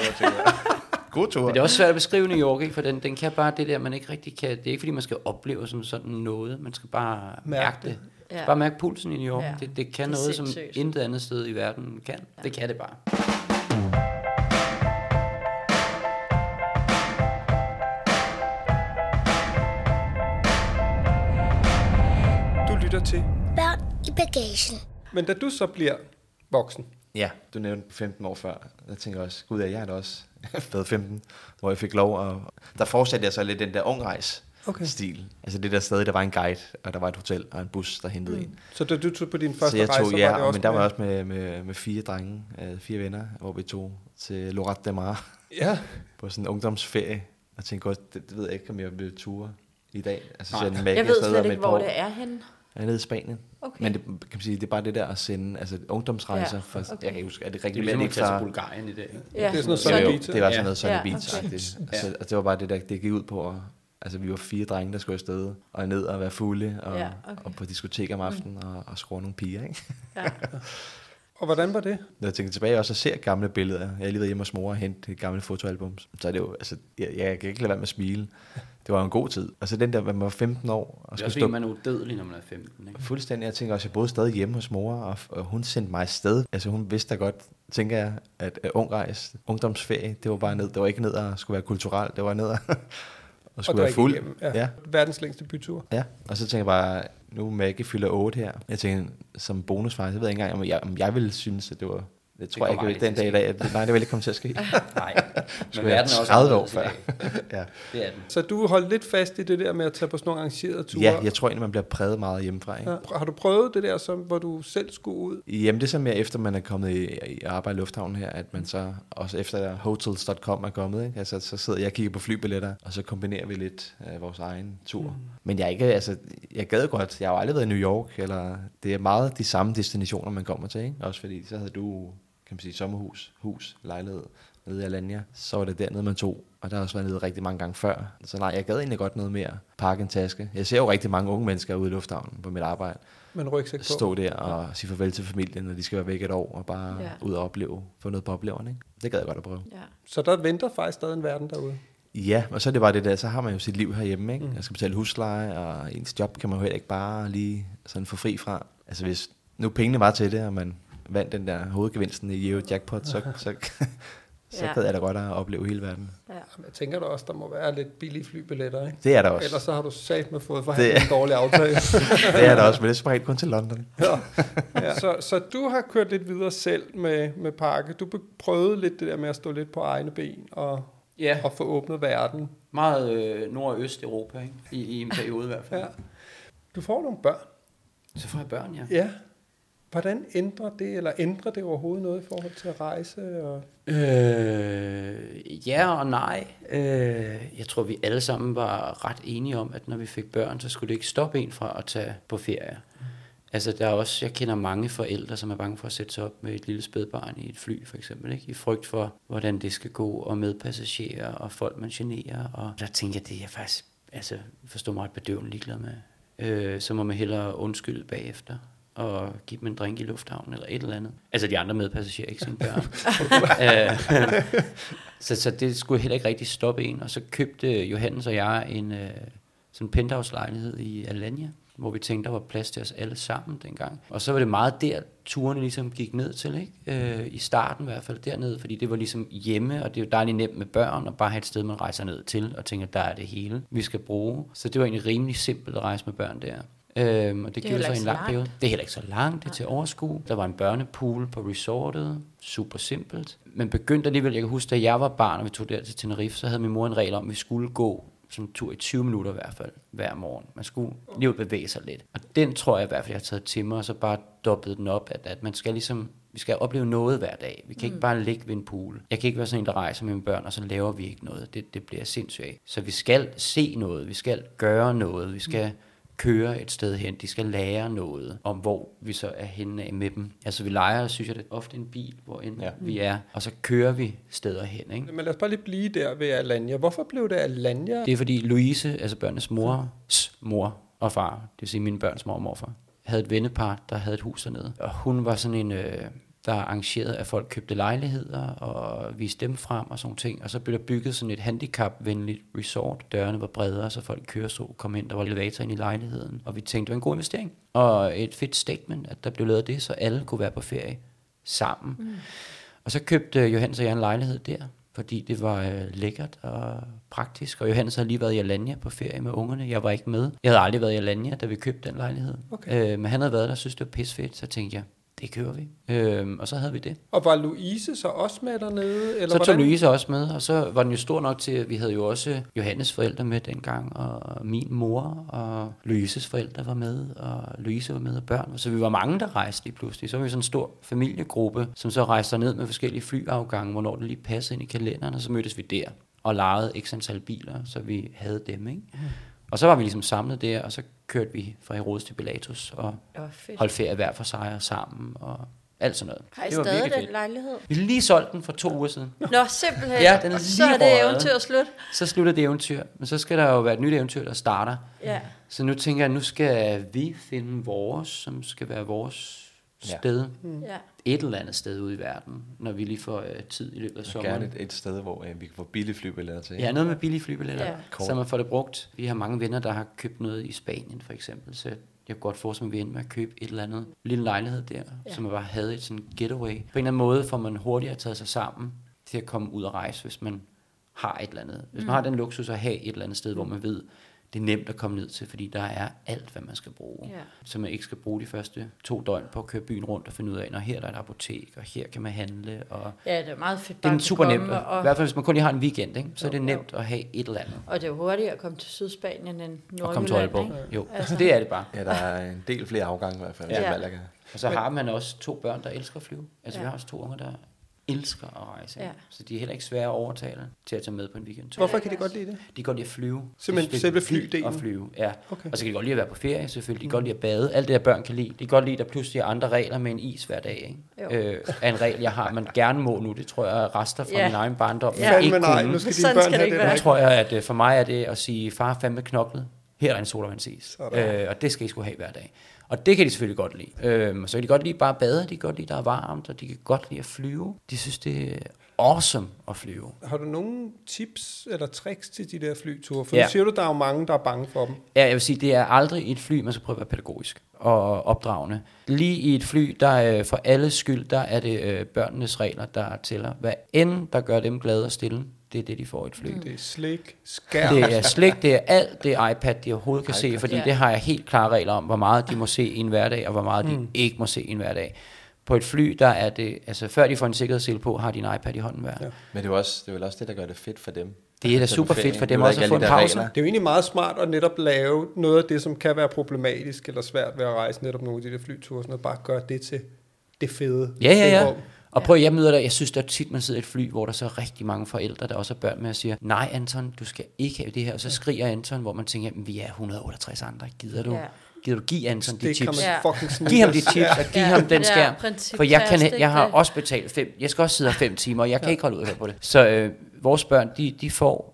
God tur. Men det er også svært at beskrive New York, ikke? For den kan bare det der, man ikke rigtig kan... Det er ikke, fordi man skal opleve som sådan noget. Man skal bare mærke det. Ja. Bare mærke pulsen i New York. Ja. Det kan noget, som intet andet sted i verden kan. Ja. Det kan det bare. Du lytter til Børn i bagagen. Men da du så bliver voksen. Ja, du nævnte 15 år før. Jeg tænker også, gud jeg er da også været 15, hvor jeg fik lov. Og der fortsatte jeg så lidt den der ungrejs-stil. Altså det der sted, der var en guide, og der var et hotel og en bus, der hentede en. Så da du tog på din første rejse, så var det også men der var også med 4 drenge, 4 venner, hvor vi tog til Lloret de Mar. Ja. På sådan en ungdomsferie. Jeg tænkte godt, det ved jeg ikke, om jeg vil ture i dag. Altså, jeg ved slet ikke, hvor det er henne. Jeg er nede i Spanien. Okay. Men det, kan man sige, det er bare det der at sende ungdomsrejser. For, jeg kan ikke huske, er det rigtig det er ikke fra Bulgarien i dag. Ja. Det er sådan noget Sunny Beach. Det var sådan noget Sunny Beach. Okay. Altså, det var bare det der, det gik ud på. Altså vi var 4 drenge, der skulle afsted og ned og være fulde og på diskotek om aftenen og skrue nogle piger, ikke? Ja. Og hvordan var det? Når jeg tænker tilbage også og ser gamle billeder. Jeg har lige været hjemme hos mor og hentet et gamle fotoalbum. Så er det jo, altså, jeg kan ikke lade være med at smile. Det var en god tid. Altså den der, man var 15 år. Og det er også fordi, man er udødelig, når man er 15. Ikke? Fuldstændig. Jeg tænker også, jeg boede stadig hjemme hos mor, og hun sendte mig afsted. Altså hun vidste da godt, tænker jeg, at ungdomsferie, det var bare ned. Det var ikke ned at skulle være kulturelt. Det var ned og skulle være fuld. Ja. Verdens længste bytur. Ja, og så tænker jeg bare, nu Maggie fylder 8 her. Jeg tænker, som bonusfejl, så ved jeg ikke engang, om jeg ville synes, at det var Det tror jeg ikke den dag i dag. Nej, det vil ikke komme til at ske. Nej, men verden er også 30 år før. Ja, det er den. Så du holdt lidt fast i det der med at tage på sådan nogle arrangerede ture? Ja, jeg tror egentlig, man bliver præget meget hjemmefra. Ikke? Ja. Har du prøvet det der, hvor du selv skulle ud? Jamen det er så mere efter, man er kommet i arbejde i lufthavnen her, at man så også efter hotels.com er kommet, ikke? Altså, så sidder jeg og kigger på flybilletter, og så kombinerer vi lidt vores egen tur. Men jeg gad godt, jeg har jo aldrig været i New York, eller det er meget de samme destinationer, man kommer til, ikke? Også fordi så havde du, kan man sige, sommerhus, lejlighed nede i Alanya, så var det dernede, man tog, og der har også været nede rigtig mange gange før. Så nej, jeg gad egentlig godt noget mere. Pakke en taske. Jeg ser jo rigtig mange unge mennesker ude i lufthavnen på mit arbejde. Men rygsæk på. Stå der og sige farvel til familien, når de skal være væk et år, og bare ud og få noget på opleveren, ikke? Det gad jeg godt at prøve. Ja. Så der venter faktisk stadig en verden derude? Ja, og så er det bare det der, så har man jo sit liv herhjemme, ikke? Jeg skal betale husleje, og ens job kan man jo heller ikke bare lige sådan få fri fra. Altså hvis nu pengene var til det, og man vandt den der hovedgevinsten i Eurojackpot, så gad jeg da godt at opleve hele verden. Ja. Jeg tænker da også, der må være lidt billige flybilletter, ikke? Det er der også. Ellers så har du satme fået forhandlet en dårlig aftale. Det er der også, men det er spredt kun til London. Ja. Så du har kørt lidt videre selv med Pakke. Du prøvede lidt det der med at stå lidt på egne ben og få åbnet verden. Meget Nord- og Øst-Europa, ikke? I en periode i hvert fald. Ja. Du får nogle børn. Så får jeg børn, ja. Ja. Hvordan ændrer det overhovedet noget i forhold til at rejse? Og Ja og nej. Jeg tror, vi alle sammen var ret enige om, at når vi fik børn, så skulle det ikke stoppe en fra at tage på ferie. Altså, jeg kender mange forældre, som er bange for at sætte sig op med et lille spædbarn i et fly, for eksempel, ikke? I frygt for, hvordan det skal gå, og med passagerer, og folk, man generer. Og der tænker jeg, det er faktisk, forstår mig ret bedøvende ligeglad med. Så må man hellere undskylde bagefter og give dem en drink i lufthavnen eller et eller andet. Altså de andre medpassagerer, ikke sine børn. Så det skulle heller ikke rigtig stoppe en. Og så købte Johannes og jeg en sådan penthouse-lejlighed i Alanya, hvor vi tænkte, der var plads til os alle sammen dengang. Og så var det meget der, turene ligesom gik ned til, ikke? I starten i hvert fald dernede, fordi det var ligesom hjemme, og det er jo dejligt nemt med børn, og bare have et sted, man rejser ned til, og tænker, der er det hele, vi skal bruge. Så det var egentlig rimelig simpelt at rejse med børn der. Og det gjorde så en lang periode. Det er heller ikke så langt, det er til overskue. Der var en børnepool på resortet, super simpelt. Men begyndte alligevel, jeg kan huske, da jeg var barn, og vi tog der til Tenerife, så havde min mor en regel om, at vi skulle gå sådan en tur i 20 minutter i hvert fald, hver morgen. Man skulle lige bevæge sig lidt. Og den tror jeg i hvert fald, jeg har taget til mig, og så bare dobblet den op, at man skal ligesom, vi skal opleve noget hver dag. Vi kan ikke bare ligge ved en pool. Jeg kan ikke være sådan en, der rejser med mine børn, og så laver vi ikke noget. Det bliver sindssygt af. Så vi skal se noget, vi skal gøre noget, vi skal køre et sted hen, de skal lære noget om, hvor vi så er henne af med dem. Altså vi leger, synes jeg, det er ofte en bil, hvor vi er, og så kører vi steder hen, ikke? Men lad os bare lige blive der ved Alanya. Hvorfor blev det Alanya? Det er fordi Louise, altså børnenes mor og far, det vil sige mine børns mor og morfar, havde et vennepar, der havde et hus dernede. Og hun var sådan en, der arrangerede, at folk købte lejligheder og viste dem frem og sådan ting. Og så blev der bygget sådan et handicapvenligt resort. Dørene var bredere, så folk kørestol kom ind. Der var elevator ind i lejligheden. Og vi tænkte, det var en god investering. Og et fedt statement, at der blev lavet det, så alle kunne være på ferie sammen. Og så købte Johannes og jeg en lejlighed der, fordi det var lækkert og praktisk. Og Johannes havde lige været i Alanya på ferie med ungerne. Jeg var ikke med. Jeg havde aldrig været i Alanya, da vi købte den lejlighed. Okay. Men han havde været der og synes det var pisfedt, så tænkte jeg, det kører vi. Og så havde vi det. Og var Louise så også med dernede? Eller så tog Louise også med, og så var den jo stor nok til, at vi havde jo også Johannes forældre med dengang, og min mor, og Louises forældre var med, og Louise var med, og børn. Så vi var mange, der rejste lige pludselig. Så var vi sådan en stor familiegruppe, som så rejste ned med forskellige flyafgange, hvornår det lige passede ind i kalenderen, og så mødtes vi der, og lejede x antal biler, så vi havde dem, ikke? Og så var vi ligesom samlet der, og så kørte vi fra Herodes til Pilatus, og holdt ferie hver for sig og sammen, og alt sådan noget. Har I stadig den lejlighed? Vi lige solgt den for 2 uger siden. Nå, simpelthen. Ja, den er så er det eventyr slut. Så slutter det eventyr, men så skal der jo være et nyt eventyr, der starter. Ja. Så nu tænker jeg, nu skal vi finde vores, som skal være vores sted. Et eller andet sted ude i verden, når vi lige får tid i løbet af sommeren. Gerne et sted, hvor vi kan få billige flybilletter til. Ja, noget med billige flybilletter, så man får det brugt. Vi har mange venner, der har købt noget i Spanien for eksempel, så jeg kunne godt forestille mig, at vi ender med at købe et eller andet lille lejlighed der, som man bare havde et sådan getaway. På en eller anden måde får man hurtigere taget sig sammen til at komme ud og rejse, hvis man har et eller andet. Hvis man har den luksus at have et eller andet sted, hvor man ved, Det er nemt at komme ned til, fordi der er alt, hvad man skal bruge. Ja. Så man ikke skal bruge de første 2 døgn på at køre byen rundt og finde ud af, når her der er et apotek, og her kan man handle. Og ja, det er meget fedt. Det er super nemt. I hvert fald, hvis man kun lige har en weekend, ikke? Så er det nemt at have et eller andet. Og det er hurtigt at komme til Sydspanien end Nordjylland. Og komme til Aalborg. Jo, altså. Det er det bare. Ja, der er en del flere afgange i hvert fald. Ja. Og så har man også 2 børn, der elsker at flyve. Altså vi har også 2 unger, der elsker at rejse. Ja. Så de er heller ikke svære at overtale til at tage med på en weekend. Hvorfor kan de godt lide det? De kan godt lide at flyve. Simpelthen selve flydelen? Og flyve, ja. Okay. Og så kan de godt lide at være på ferie, selvfølgelig. De kan godt lide at bade. Alt det, der børn kan lide. De kan godt lide, at der pludselig er andre regler med en is hver dag. Ikke? Af en regel, jeg har, man gerne må nu. Det tror jeg er rester fra min egen barndom. Ja. Ikke nej, nu skal dine børn have det. Jeg tror jeg, at for mig er det at sige, far fandme knoklet. Her er en sodavandsis. Og det skal I sgu have hver dag. Og det kan de selvfølgelig godt lide. Så kan de godt lide bare at bade, de kan godt lide, der er varmt, og de kan godt lide at flyve. De synes, det er awesome at flyve. Har du nogle tips eller tricks til de der flyture? For nu siger du, der er jo mange, der er bange for dem. Ja, jeg vil sige, det er aldrig et fly, man skal prøve at være pædagogisk og opdragende. Lige i et fly, der for alles skyld, der er det børnenes regler, der tæller. Hvad end der gør dem glade og stille, det er det, de får i et fly. Det er slik, skærm. Det er slik, det er alt, det er iPad, de overhovedet kan se, fordi det har jeg helt klare regler om, hvor meget de må se i en hverdag, og hvor meget de ikke må se i en hverdag. På et fly, der er det, altså før de får en sikkerhedssele på, har de en iPad i hånden hver. Ja. Men det er vel også det, der gør det fedt for dem. Det er da super fedt for dem også at få en pause. Det er jo egentlig meget smart at netop lave noget af det, som kan være problematisk eller svært ved at rejse netop nogle af de der flyture, sådan noget, bare gøre det til det fede. Ja. Og prøv, jeg møder dig, jeg synes, der er tit, man sidder i et fly, hvor der så er rigtig mange forældre, der også har børn med og siger, nej Anton, du skal ikke have det her. Og så skriger Anton, hvor man tænker, vi er 168 andre, gider du give Anton de chips? Giv ham de chips, og giv ham den skærm. For jeg har også betalt 5, jeg skal også sidde her 5 timer, og jeg kan ikke holde ud her på det. Så vores børn, de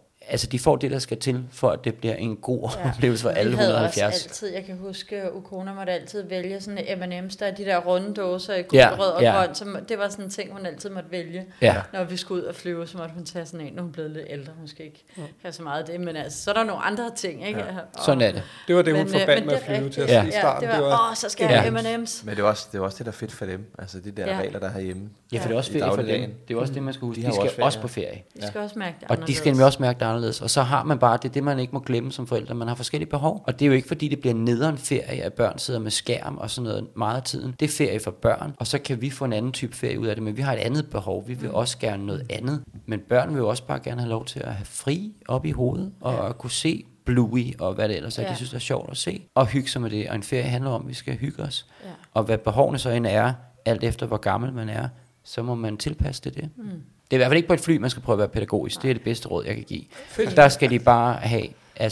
får det, der skal til, for at det bliver en god oplevelse for alle 170. Jeg kan huske, at Ukona måtte altid vælge sådan M&M's, der er de der runde dåser i gul, rød og grøn. Så det var sådan en ting, hun altid måtte vælge. Ja. Når vi skulle ud og flyve, så måtte hun tage sådan en. Nu er hun blevet lidt ældre, hun skal ikke have så meget af det. Men altså, så er der nogle andre ting, ikke? Ja. Sådan er det. Det var det, hun forbandt med at flyve til at sige i starten. Det var, så skal jeg have M&M's. Men det er også det, der er fedt for dem. Altså de der regler, der er herhjemme. Ja, for det er også ferie for dem. Det er også det, man skal huske. De skal også på ferie. De skal også mærke det anderledes. Og de skal også mærke det anderledes. Og så har man bare, det er det, man ikke må glemme som forældre. Man har forskellige behov. Og det er jo ikke, fordi det bliver nederen ferie, at børn sidder med skærm og sådan noget meget af tiden. Det er ferie for børn, og så kan vi få en anden type ferie ud af det. Men vi har et andet behov. Vi vil også gerne noget andet. Men børn vil jo også bare gerne have lov til at have fri op i hovedet, og at kunne se Bluey og hvad det ellers er, de synes er sjovt at se. Og hygge sig med det. Og en ferie handler om, at vi skal hygge os. Ja. Og hvad behovene så end er, alt efter hvor gammel man er, så må man tilpasse det. Det er i hvert fald ikke på et fly, man skal prøve at være pædagogisk. Det er det bedste råd, jeg kan give. Der skal de bare have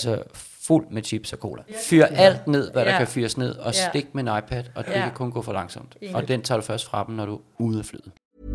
fuld med chips og cola. Fyr alt ned, hvad der kan fyres ned, og stik med en iPad, og det kan kun gå for langsomt. Og den tager du først fra dem, når du er ude af flyet.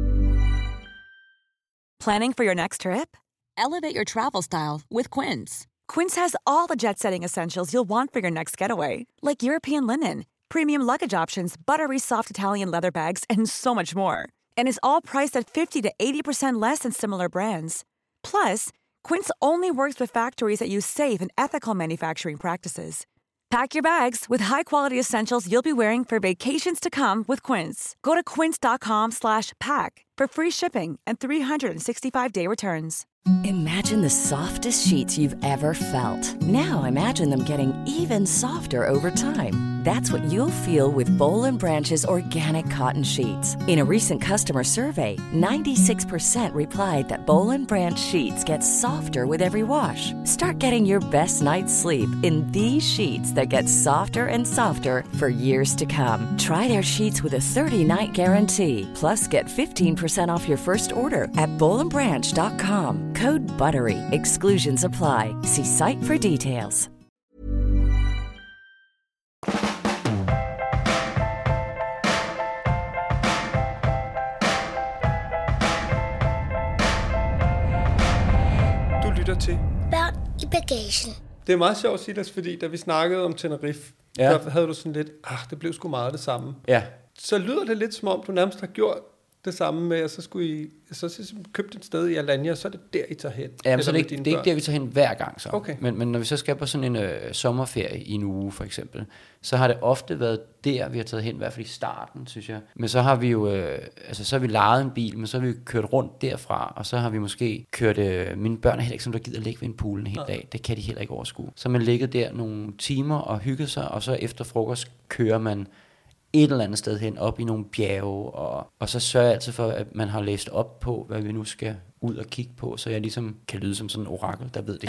Planning for your next trip? Elevate your travel style with Quince. Quince has all the jet-setting essentials you'll want for your next getaway, like European linen, premium luggage options, buttery soft Italian leather bags, and so much more. And is all priced at 50 to 80% less than similar brands. Plus, Quince only works with factories that use safe and ethical manufacturing practices. Pack your bags with high-quality essentials you'll be wearing for vacations to come with Quince. Go to quince.com/pack for free shipping and 365-day returns. Imagine the softest sheets you've ever felt. Now imagine them getting even softer over time. That's what you'll feel with Boll & Branch's organic cotton sheets. In a recent customer survey, 96% replied that Boll & Branch sheets get softer with every wash. Start getting your best night's sleep in these sheets that get softer and softer for years to come. Try their sheets with a 30-night guarantee. Plus, get 15% off your first order at bollandbranch.com. Code BUTTERY. Exclusions apply. See site for details. Du lytter til Børn i bagagen. Det er meget sjovt, Silas, fordi da vi snakkede om Tenerife, der havde du sådan lidt, det blev sgu meget det samme. Ja. Så lyder det lidt som om, du nærmest har gjort det samme med, at så skulle I så købte et sted i Alanya, så er det der, I tager hen? Ja, så det er ikke der, vi tager hen hver gang så. Okay. Men når vi så skal på sådan en sommerferie i en uge, for eksempel, så har det ofte været der, vi har taget hen, i hvert fald i starten, synes jeg. Men så har vi jo, så har vi lejet en bil, men så har vi kørt rundt derfra, og så har vi måske kørt, mine børn er heller ikke som der gider ligge ved en pool en hel dag. Det kan de heller ikke overskue. Så man ligget der nogle timer og hygget sig, og så efter frokost kører man et eller andet sted hen, op i nogle bjerge, og så sørger jeg altid for, at man har læst op på, hvad vi nu skal ud og kigge på, så jeg ligesom kan lyde som sådan en orakel, der ved det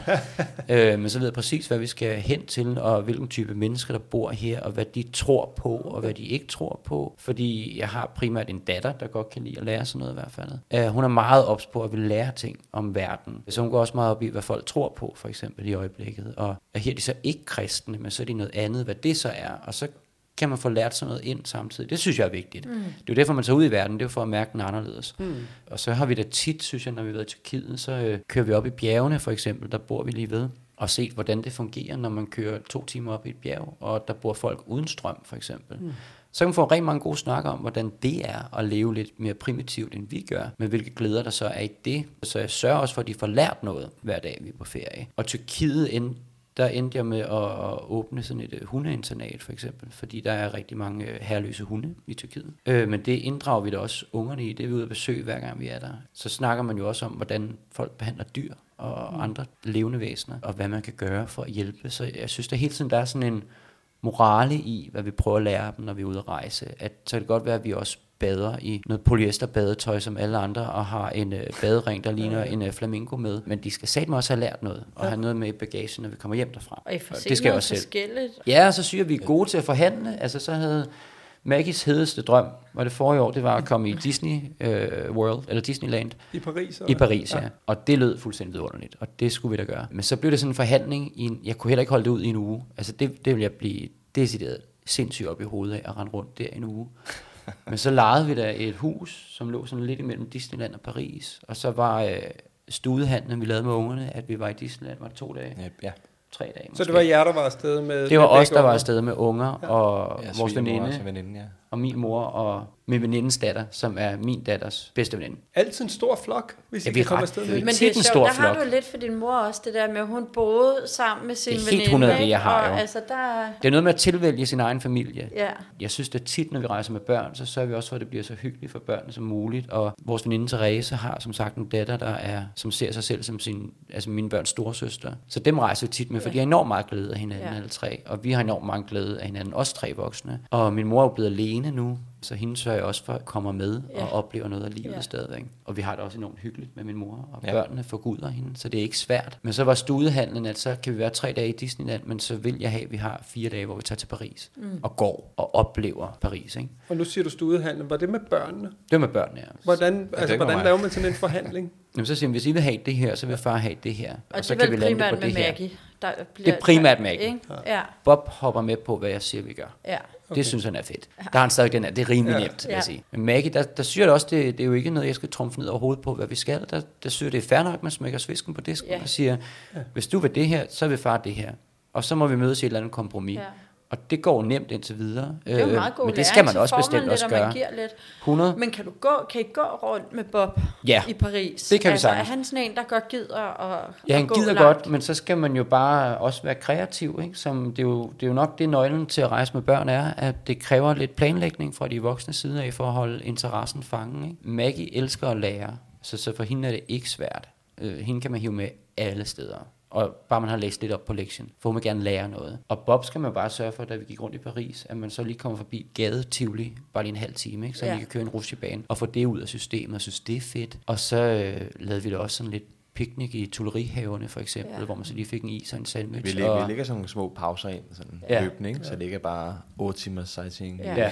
hele. Men så ved jeg præcis, hvad vi skal hen til, og hvilken type mennesker, der bor her, og hvad de tror på, og hvad de ikke tror på. Fordi jeg har primært en datter, der godt kan lide at lære sådan noget i hvert fald. Hun er meget ops på at vil lære ting om verden. Så hun går også meget op i, hvad folk tror på, for eksempel i øjeblikket. Og her er de så ikke kristne, men så er de noget andet, hvad det så er. Og så kan man få lært sådan noget ind samtidig. Det synes jeg er vigtigt. Det er jo derfor, man tager ud i verden. Det er jo for at mærke den anderledes. Og så har vi da tit, synes jeg, når vi har været i Tyrkiet, så kører vi op i bjergene, for eksempel. Der bor vi lige ved. Og set, hvordan det fungerer, når man kører 2 timer op i et bjerg, og der bor folk uden strøm, for eksempel. Så kan man få rigtig mange gode snakker om, hvordan det er at leve lidt mere primitivt, end vi gør, men hvilke glæder der så er i det. Så jeg sørger også for, at de får lært noget, hver dag vi er på ferie. Og Tyrkiet der endte jeg med at åbne sådan et hundeinternat, for eksempel, fordi der er rigtig mange herreløse hunde i Tyrkiet. Men det inddrager vi da også ungerne i, det er vi ude at besøge, hver gang vi er der. Så snakker man jo også om, hvordan folk behandler dyr og andre levende væsener, og hvad man kan gøre for at hjælpe. Så jeg synes, der hele tiden der er sådan en morale i, hvad vi prøver at lære dem, når vi er ude at rejse. Så kan det godt være, at vi også bader i noget polyester badetøj som alle andre, og har en badering, der ligner en flamingo med. Men de skal satme også have lært noget, og have noget med i bagagen, når vi kommer hjem derfra. Og I får det skal jeg også forskelligt. Ja, og så synes jeg, vi er gode til at forhandle. Altså så havde Maggies hedeste drøm, var det forrige år, det var at komme i Disney World, eller Disneyland. I Paris? I Paris, ja. Og det lød fuldstændig vidunderligt, og det skulle vi da gøre. Men så blev det sådan en forhandling, jeg kunne heller ikke holde det ud i en uge. Altså det ville jeg blive decideret sindssygt op i hovedet af at rende rundt der i en uge. Men så lejede vi da et hus, som lå sådan lidt imellem Disneyland og Paris. Og så var studehandlen, vi lavede med ungerne, at vi var i Disneyland, var det 2 dage? Ja. 3 dage måske. Så det var jer, der var afsted med... Det var os, der var afsted med unger, og vores veninde, og min mor og min venindes datter, som er min datters bedste veninde. Altid en stor flok, hvis I kan komme afsted med. Men det er sjovt, der har du lidt for din mor også, det der med, at hun boede sammen med sin veninde. Det er helt 100 det, jeg har jo. Altså, det er noget med at tilvælge sin egen familie. Ja. Jeg synes, det er tit, når vi rejser med børn, så sørger vi også for, at det bliver så hyggeligt for børnene som muligt. Og vores veninde Therese har som sagt en datter, som ser sig selv som mine børns storesøster. Så dem rejser vi tit med, for de har enormt meget glæde af hinanden, alle 3. Og vi har enormt meget glæde af hinanden, også 3 voksne. Og min mor er jo blevet alene nu, så hende sørger jeg også for at komme med og oplever noget af livet stadigvæk. Og vi har det også enormt hyggeligt med min mor, og børnene forguder hende, så det er ikke svært. Men så var studehandlen, at så kan vi være 3 dage i Disneyland, men så vil jeg have, at vi har 4 dage, hvor vi tager til Paris og går og oplever Paris. Ikke? Og nu siger du studehandlen, var det med børnene? Det var med børnene, ja. Hvordan laver man sådan en forhandling? Jamen, så siger vi, hvis I vil have det her, så vil far have det her. Og så det er vel primært med Maggie? Det er primært Maggie. Ja. Bob hopper med på, hvad jeg siger, vi gør. Ja. Okay. Det synes han er fedt. Der har han stadig den her, det er rimelig nemt, vil jeg sige. Men Maggie, der synes jeg også, det er jo ikke noget, jeg skal trumfe ned over hovedet på, hvad vi skal. Der synes jeg, det er fair nok, man smækker svisken på disken og siger, hvis du vil det her, så vil far det her. Og så må vi mødes i et eller andet kompromis. Ja. Og det går nemt indtil videre. Det er jo meget god men det skal man også bestemt lidt, også gøre. 100. Men kan I gå rundt med Bob i Paris? Det kan vi sagtens. Er han sådan en, der godt gider at han gå gider langt? godt, men så skal man jo bare også være kreativ. Ikke? Det er jo nok det nøglen til at rejse med børn er, at det kræver lidt planlægning fra de voksne sider af for at holde interessen fangen. Ikke? Maggie elsker at lære, så for hende er det ikke svært. Hende kan man hive med alle steder. Og bare man har læst lidt op på lektien, for hun vil gerne lære noget. Og Bob skal man bare sørge for, da vi gik rundt i Paris, at man så lige kommer forbi Gade Tivoli, bare lige en halv time, ikke? Så vi kan køre en rutsjebane og få det ud af systemet, og synes, det er fedt. Og så lavede vi da også sådan lidt picnic i Tuilerihaverne for eksempel, hvor man så lige fik en is og en sandwich. Vi lægger sådan nogle små pauser ind, sådan løbende, ikke? Så det ikke er bare 8 timers sightseeing. Ja.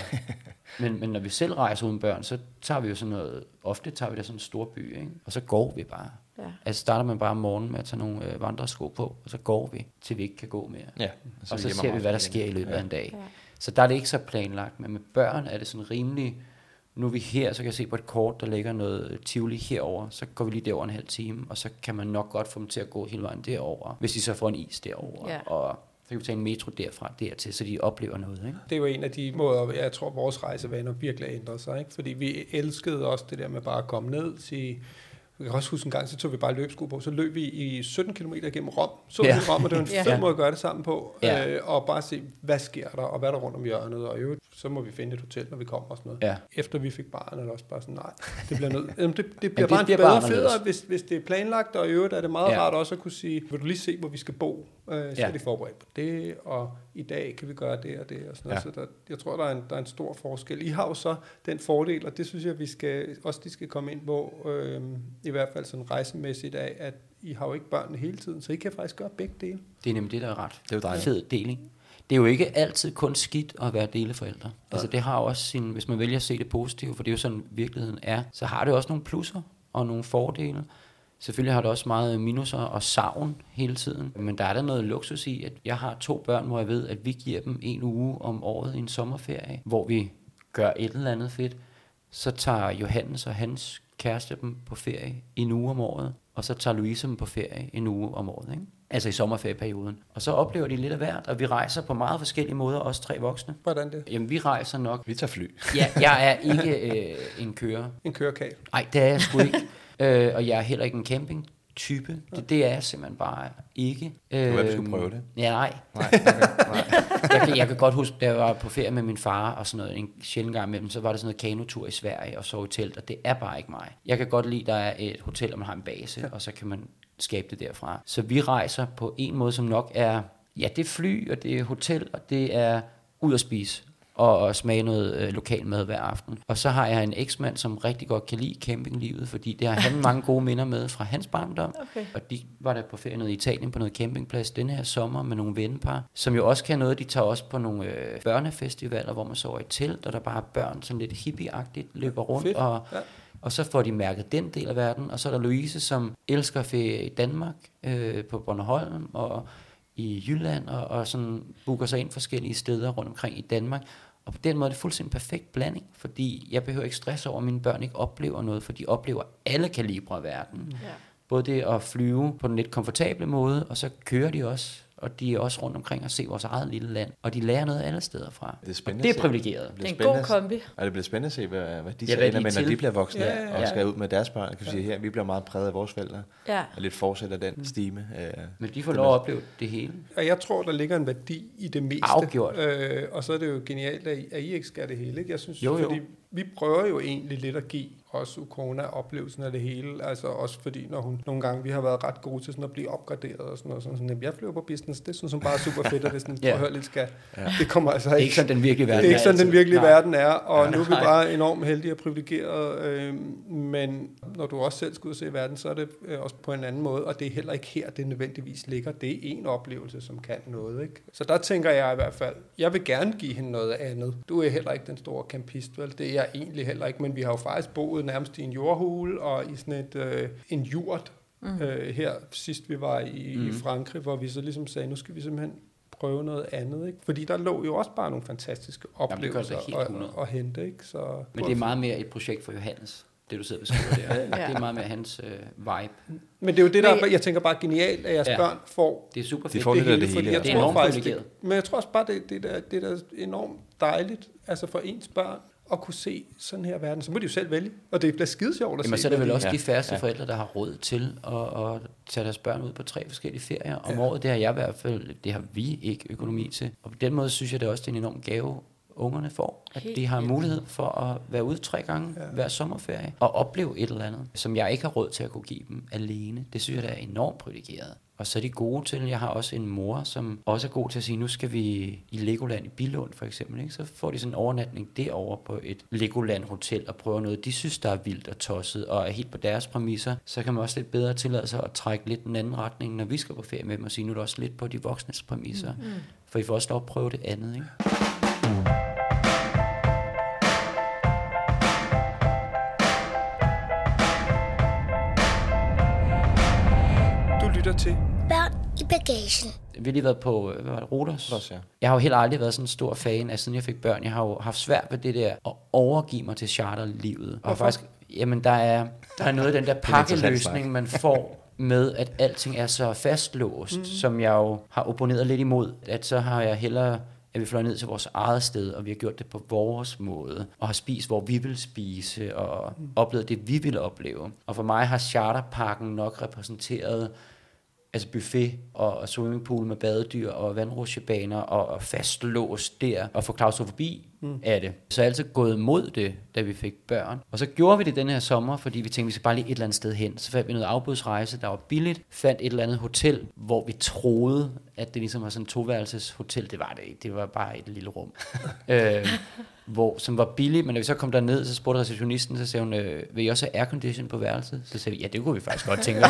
Men når vi selv rejser uden børn, så tager vi jo sådan noget, ofte tager vi da sådan en stor by, ikke? Og så går vi bare. Ja. Altså starter man bare om morgenen med at tage nogle vandresko på, og så går vi, til vi ikke kan gå mere. Ja, og så ser vi, hvad der sker i løbet af en dag. Ja. Så der er det ikke så planlagt, men med børn er det sådan rimelig, nu er vi her, så kan jeg se på et kort, der ligger noget Tivoli herover, så går vi lige derover en halv time, og så kan man nok godt få dem til at gå hele vejen derover, hvis de så får en is derover. Ja. Og Så kan vi tage en metro derfra dertil, så de oplever noget. Ikke? Det er jo en af de måder, jeg tror, vores rejsevaner virkelig har ændret sig. Ikke? Fordi vi elskede også det der med bare at komme ned, sige... Jeg kan også huske en gang, så tog vi bare løbsko på. Så løb vi i 17 km gennem Rom. Så vi Rom, og det var en fed måde at gøre det sammen på. Og bare se, hvad sker der, og hvad der rundt om hjørnet. Og jo, så må vi finde et hotel, når vi kommer og sådan noget. Ja. Efter vi fik barn, er det også bare sådan, nej, det bliver nødt. Det bliver bare en bedre federe, hvis det er planlagt. Og i øvrigt er det meget rart også at kunne sige, vil du lige se, hvor vi skal bo? Så er de forberedt på det, og i dag kan vi gøre det og det og sådan noget. Så jeg tror, der er en stor forskel. I har jo så den fordel, og det synes jeg, de skal komme ind på, i hvert fald sådan rejsemæssigt af, at I har jo ikke børn hele tiden, så I kan faktisk gøre begge dele. Det er nemlig det, der er ret. Det er jo fed deling. Det er jo ikke altid kun skidt at være deleforældre. Altså det har også sin, hvis man vælger at se det positive, for det er jo sådan virkeligheden er, så har det også nogle plusser og nogle fordele. Selvfølgelig har det også meget minuser og savn hele tiden, men der er der noget luksus i, at jeg har 2 børn, hvor jeg ved, at vi giver dem 1 uge om året i en sommerferie, hvor vi gør et eller andet fedt. Så tager Johannes og hans kæreste dem på ferie 1 uge om året, og så tager Louise dem på ferie 1 uge om året, ikke? Altså i sommerferieperioden. Og så oplever de lidt af hvert, og vi rejser på meget forskellige måder, også 3 voksne. Hvordan det? Jamen vi rejser nok. Vi tager fly. Ja, jeg er ikke en kører. En kørekab? Nej, det er jeg sgu ikke. Og jeg er heller ikke en campingtype. Det er jeg simpelthen bare ikke. Det var, at vi skulle prøve det. Ja, nej. Jeg kan godt huske, da jeg var på ferie med min far og sådan noget, en sjældent gang med dem, så var der sådan noget kanotur i Sverige og sove i telt, og det er bare ikke mig. Jeg kan godt lide, at der er et hotel, og man har en base, og så kan man skabe det derfra. Så vi rejser på en måde, som nok er, ja, det er fly, og det er hotel, og det er ud at spise. Og smage noget lokal mad hver aften. Og så har jeg en eksmand, som rigtig godt kan lide campinglivet, fordi det har han mange gode minder med fra hans barndom. Okay. Og de var der på ferie nede i Italien på noget campingplads denne her sommer med nogle vennepar, som jo også kan noget. De tager også på nogle børnefestivaler, hvor man sover i telt, og der bare er børn, sådan lidt hippie-agtigt, løber rundt. Og så får de mærket den del af verden. Og så er der Louise, som elsker ferie i Danmark, på Bornholm og i Jylland, og sådan booker sig ind forskellige steder rundt omkring i Danmark. Og på den måde er det fuldstændig perfekt blanding, fordi jeg behøver ikke stress over, at mine børn ikke oplever noget, for de oplever alle kalibre af verden. Ja. Både det at flyve på den lidt komfortable måde, og så kører de også, og de er også rundt omkring og se vores eget lille land, og de lærer noget alle steder fra. Det er spændende. Det er privilegeret. Det er en god kombi. Og det bliver spændende at se, hvad de så ender med, når de bliver voksne og skal ud med deres børn. Kan vi sige her, vi bliver meget præget af vores forældre, og lidt fortsætter den stime. Men de får lov at opleve det hele. Og jeg tror, der ligger en værdi i det meste. Afgjort. Og så er det jo genialt, at I ikke skal det hele. Ikke? Jeg synes, fordi vi prøver jo egentlig lidt at give også Ukona-oplevelsen af det hele, altså også fordi, når hun nogle gange, vi har været ret gode til sådan at blive opgraderet og sådan noget, sådan, jeg flyver på business, det er sådan, som bare er super fedt, og det er sådan, hør lidt skal. Det kommer altså ikke. Det er ikke sådan, den virkelige verden er. Det er ikke sådan, den virkelige verden er, og nu er vi bare enormt heldige og privilegerede, men når du også selv skal ud og se verden, så er det også på en anden måde, og det er heller ikke her, det nødvendigvis ligger. Det er en oplevelse, som kan noget, ikke? Så der tænker jeg i hvert fald, jeg vil gerne give hende noget andet. Du er heller ikke den store campist, vel? Det er jeg egentlig heller ikke, men vi har jo faktisk boet nærmest i en jordhule og i sådan en jurt her sidst vi var i Frankrig, hvor vi så ligesom sagde, nu skal vi simpelthen prøve noget andet, ikke? Fordi der lå jo også bare nogle fantastiske oplevelser at hente, ikke? Så, men det er meget mere et projekt for Johannes, det du sidder og beskriver der. Det er meget mere hans vibe. Men det er jo det, der, jeg tænker bare genialt, at jeres børn får. Det er super fedt. De får det hele. Det er enormt privilegeret. Men jeg tror også bare, det er enormt dejligt, altså for ens børn, at kunne se sådan her verden, så må de jo selv vælge, og det bliver skide sjovt at se. Men så er det vel også de færreste forældre, der har råd til at tage deres børn ud på 3 forskellige ferier om året. Det har jeg i hvert fald, det har vi ikke økonomi til. Og på den måde synes jeg, det er også en enorm gave, ungerne får, at de har mulighed for at være ude 3 gange hver sommerferie og opleve et eller andet, som jeg ikke har råd til at kunne give dem alene. Det synes jeg, der er enormt privilegeret. Og så er de gode til, jeg har også en mor, som også er god til at sige, nu skal vi i Legoland i Billund for eksempel, ikke? Så får de sådan en overnatning derovre på et Legoland hotel og prøver noget, de synes, der er vildt og tosset og er helt på deres præmisser. Så kan man også lidt bedre tillade sig at trække lidt den anden retning, når vi skal på ferie med dem og sige, nu er det også lidt på de voksnes præmisser. For I får også lov at prøve det andet, ikke? Til børn i bagagen. Vi har lige været på Rhodos. Jeg har jo helt aldrig været sådan en stor fan af, siden jeg fik børn. Jeg har jo haft svært ved det der at overgive mig til charterlivet. Og faktisk, jamen der er noget af den der pakkeløsning, man får med, at alting er så fastlåst, som jeg jo har opponeret lidt imod, at så har jeg hellere, at vi fløj ned til vores eget sted, og vi har gjort det på vores måde, og har spist, hvor vi vil spise, og oplevet det, vi vil opleve. Og for mig har charterparken nok repræsenteret altså buffet og swimmingpool med badedyr og vandrutsjebaner og fastlåst der og få klaustrofobi af det. Så jeg er altid gået mod det, da vi fik børn. Og så gjorde vi det den her sommer, fordi vi tænkte, vi skal bare lige et eller andet sted hen. Så fandt vi noget afbudsrejse, der var billigt. Fandt et eller andet hotel, hvor vi troede, at det ligesom var sådan en toværelses hotel. Det var det ikke. Det var bare et lille rum. Som var billigt, men når vi så kom derned, så spurgte receptionisten, så sagde hun, vil I også have aircondition på værelset? Så sagde vi, ja, det kunne vi faktisk godt tænke os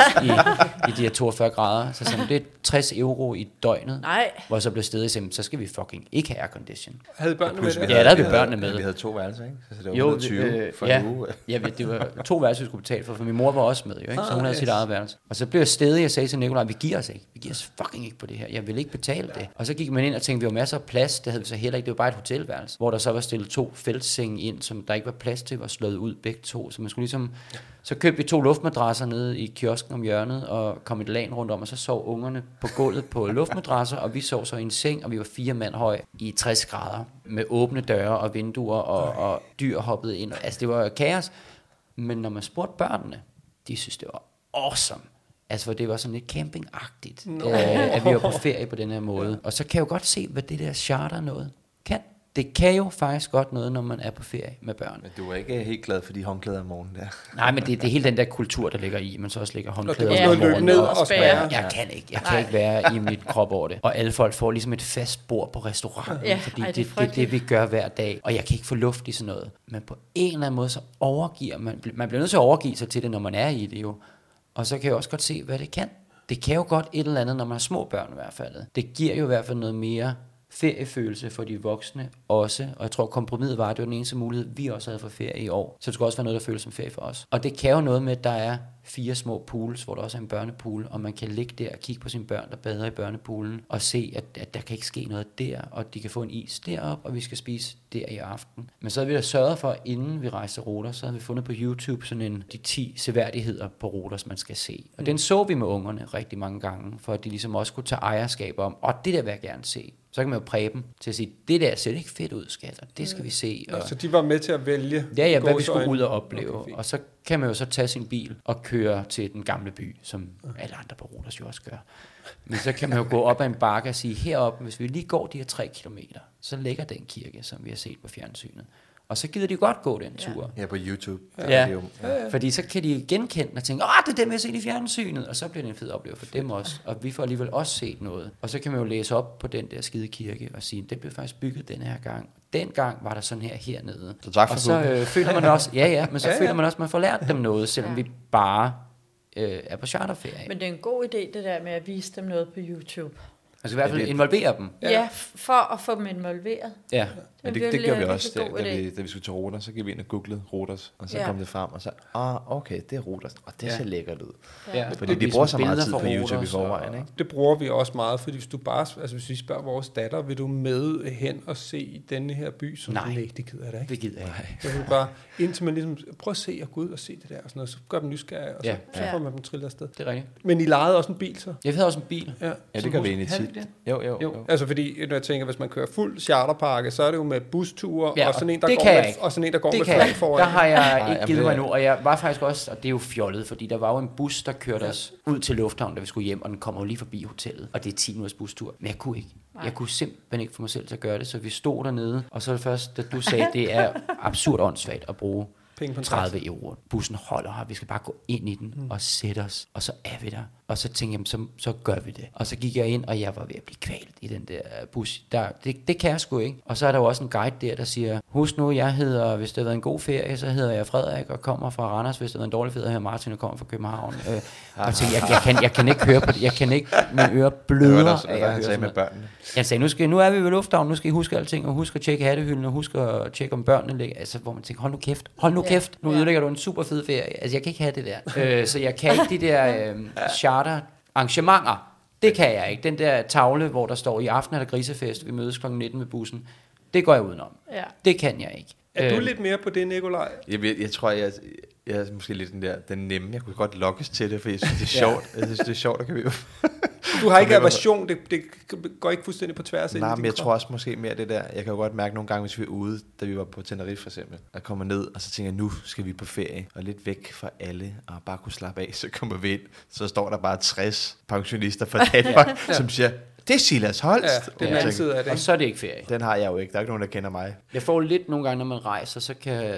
i de her 42 grader. Så sagde hun, det er 60 euro i døgnet. Nej. Hvor så blev stedet, så skal vi fucking ikke have aircondition. Havde børnene med det? Ja, der havde vi børnene med. Vi havde 2 værelser, ikke? Så det var 120 for en uge. Ja, det var 2 værelser, vi skulle betale for min mor var også med, jo, ikke? Så hun havde sit eget værelse. Og så blev jeg stedig og sagde til Nikolaj, vi giver os ikke. Vi giver os fucking ikke på det her. Jeg vil ikke betale det. Og så gik man ind og tænkte, vi var masser af plads. Det havde vi så heller ikke. Det var bare et hotelværelse, hvor der så var stillet 2 feltsenge ind, som der ikke var plads til, var slået ud begge to. Så man skulle ligesom, så købte vi 2 luftmadrasser nede i kiosken om hjørnet, og kom et lag rundt om, og så sov ungerne på gulvet på luftmadrasser, og vi sov så i en seng, og vi var 4 mand høj i 60 grader, med åbne døre og vinduer, og dyr hoppede ind. Altså det var kaos. Men når man spurgte børnene, de synes det var awesome. Altså, for det var sådan lidt campingagtigt, at vi var på ferie på den her måde. Og så kan jeg jo godt se, hvad det der charter noget kan. Det kan jo faktisk godt noget, når man er på ferie med børn. Men du er ikke helt glad for de håndklæder om morgenen der? Nej, men det er hele den der kultur, der ligger i, men så også ligger håndklæder om morgenen. Ned og spære. Jeg kan ikke være i mit krop over det. Og alle folk får ligesom et fast bord på restauranten, fordi det er det, vi gør hver dag. Og jeg kan ikke få luft i sådan noget. Men på en eller anden måde, så overgiver man bliver nødt til at overgive sig til det, når man er i det jo. Og så kan jeg også godt se, hvad det kan. Det kan jo godt et eller andet, når man har små børn i hvert fald. Det giver jo i hvert fald noget mere feriefølelse for de voksne også, og jeg tror kompromiset var, at det var den eneste mulighed, vi også havde for ferie i år. Så det skulle også være noget, der føles som ferie for os. Og det kan jo noget med, at der er 4 små pools, hvor der også er en børnepool, og man kan ligge der og kigge på sine børn, der bader i børnepoolen, og se, at der kan ikke ske noget der, og de kan få en is derop, og vi skal spise der i aften. Men så havde vi da sørget for, inden vi rejste til Rhodos, så havde vi fundet på YouTube sådan de 10 seværdigheder på Rhodos, man skal se. Og den så vi med ungerne rigtig mange gange, for at de ligesom også kunne tage ejerskab om, og det der vil jeg gerne se. Så kan man jo præge dem til at sige, det der ser ikke fedt ud, skatter. Det skal vi se. Og så de var med til at vælge? Ja, hvad vi skulle ud og opleve. Okay, og så kan man jo så tage sin bil og køre til den gamle by, som alle andre på Rhodos jo også gør. Men så kan man jo gå op ad en bakke og sige, heroppe, hvis vi lige går de her 3 kilometer, så ligger den kirke, som vi har set på fjernsynet. Og så gider de godt gå den tur. Ja, på YouTube. Ja, fordi så kan de genkende og tænke, det er dem, jeg har set i fjernsynet. Og så bliver det en fed oplevelse for dem også. Og vi får alligevel også set noget. Og så kan man jo læse op på den der skide kirke og sige, den blev faktisk bygget den her gang. Dengang var der sådan her hernede. Så tak for og så føler man også, men så føler man også, at man får lært dem noget, selvom vi bare er på charterferie. Men det er en god idé, det der med at vise dem noget på YouTube. Altså i hvert fald involvere dem. Ja, for at få dem involveret. Ja, men det gjorde vi også, da vi skulle til Rhodos. Så gik vi ind og googlede Rhodos, og så kom det frem, og så, okay, det er Rhodos, og det ser lækkert ud. Ja. Fordi de bruger så meget tid på YouTube i forvejen, ikke? Det bruger vi også meget, fordi hvis vi spørger vores datter, vil du med hen og se denne her by? Så nej, det gider jeg da ikke. Det gider jeg ikke. Så vil bare, indtil man ligesom, prøv at se og gå ud og se det der, og sådan noget, så gør dem nysgerrige, og så får man dem triller afsted. Det er rigtigt. Men I lejede også en bil, så? Jeg havde også en bil. Ja, det gør vi egentlig tit. Jo. Altså fordi, når jeg tænker, hvis man kører fuld charterpakke, så er det jo med busture, og sådan en, der går med flag foran. Der har jeg ikke givet mig nu, og jeg var faktisk også, og det er jo fjollet, fordi der var jo en bus, der kørte os ud til lufthavnen, da vi skulle hjem, og den kommer jo lige forbi hotellet, og det er 10 minutters bustur. Men jeg kunne ikke. Jeg kunne simpelthen ikke få mig selv til at gøre det, så vi stod dernede, og så først, da du sagde, det er absurd åndssvagt at bruge 30 euro. Bussen holder her, vi skal bare gå ind i den og sætte os, og så er vi der. Og så tænkte jeg, så gør vi det. Og så gik jeg ind, og jeg var ved at blive kvalt i den der bus. Det kan jeg sgu ikke. Og så er der jo også en guide der siger, husk nu, jeg hedder, hvis det har været en god ferie, så hedder jeg Frederik og kommer fra Randers. Hvis det har været en dårlig ferie, hedder Martin og kommer fra København. Og jeg tænkte, jeg kan ikke høre på det. Jeg kan ikke, mine ører bløder af at høre sådan noget. Jeg sagde, nu er vi ved lufthavnen, nu skal I huske alting, og husk at tjekke hattehylden, og husk at tjekke om børnene ligger. Altså, hvor man tænker, hold nu kæft, nu ødelægger du en super fed ferie. Altså, jeg kan ikke have det der. Så jeg kan ikke de der charter arrangementer. Det kan jeg ikke. Den der tavle, hvor der står, i aften er der grisefest, vi mødes kl. 19 med bussen, det går jeg udenom. Ja. Det kan jeg ikke. Er du lidt mere på det, Nikolaj? Jeg tror, jeg er måske lidt den nemme. Jeg kunne godt lokkes til det, for jeg synes, det er sjovt. Jeg synes, det er sjovt at kan Du har ikke aversion, det går ikke fuldstændig på tværs. Nej, men jeg tror også måske mere det der. Jeg kan jo godt mærke nogle gange, hvis vi er ude, da vi var på Tenerife for eksempel, og kommer ned, og så tænker jeg, nu skal vi på ferie, og lidt væk fra alle, og bare kunne slappe af, så kommer vi ind. Så står der bare 60 pensionister fra Danmark, som siger, det er Silas Holst. Ja, det er den anden side af det. Og så er det ikke ferie. Den har jeg jo ikke. Der er ikke nogen, der kender mig. Jeg får lidt nogle gange, når man rejser, så kan...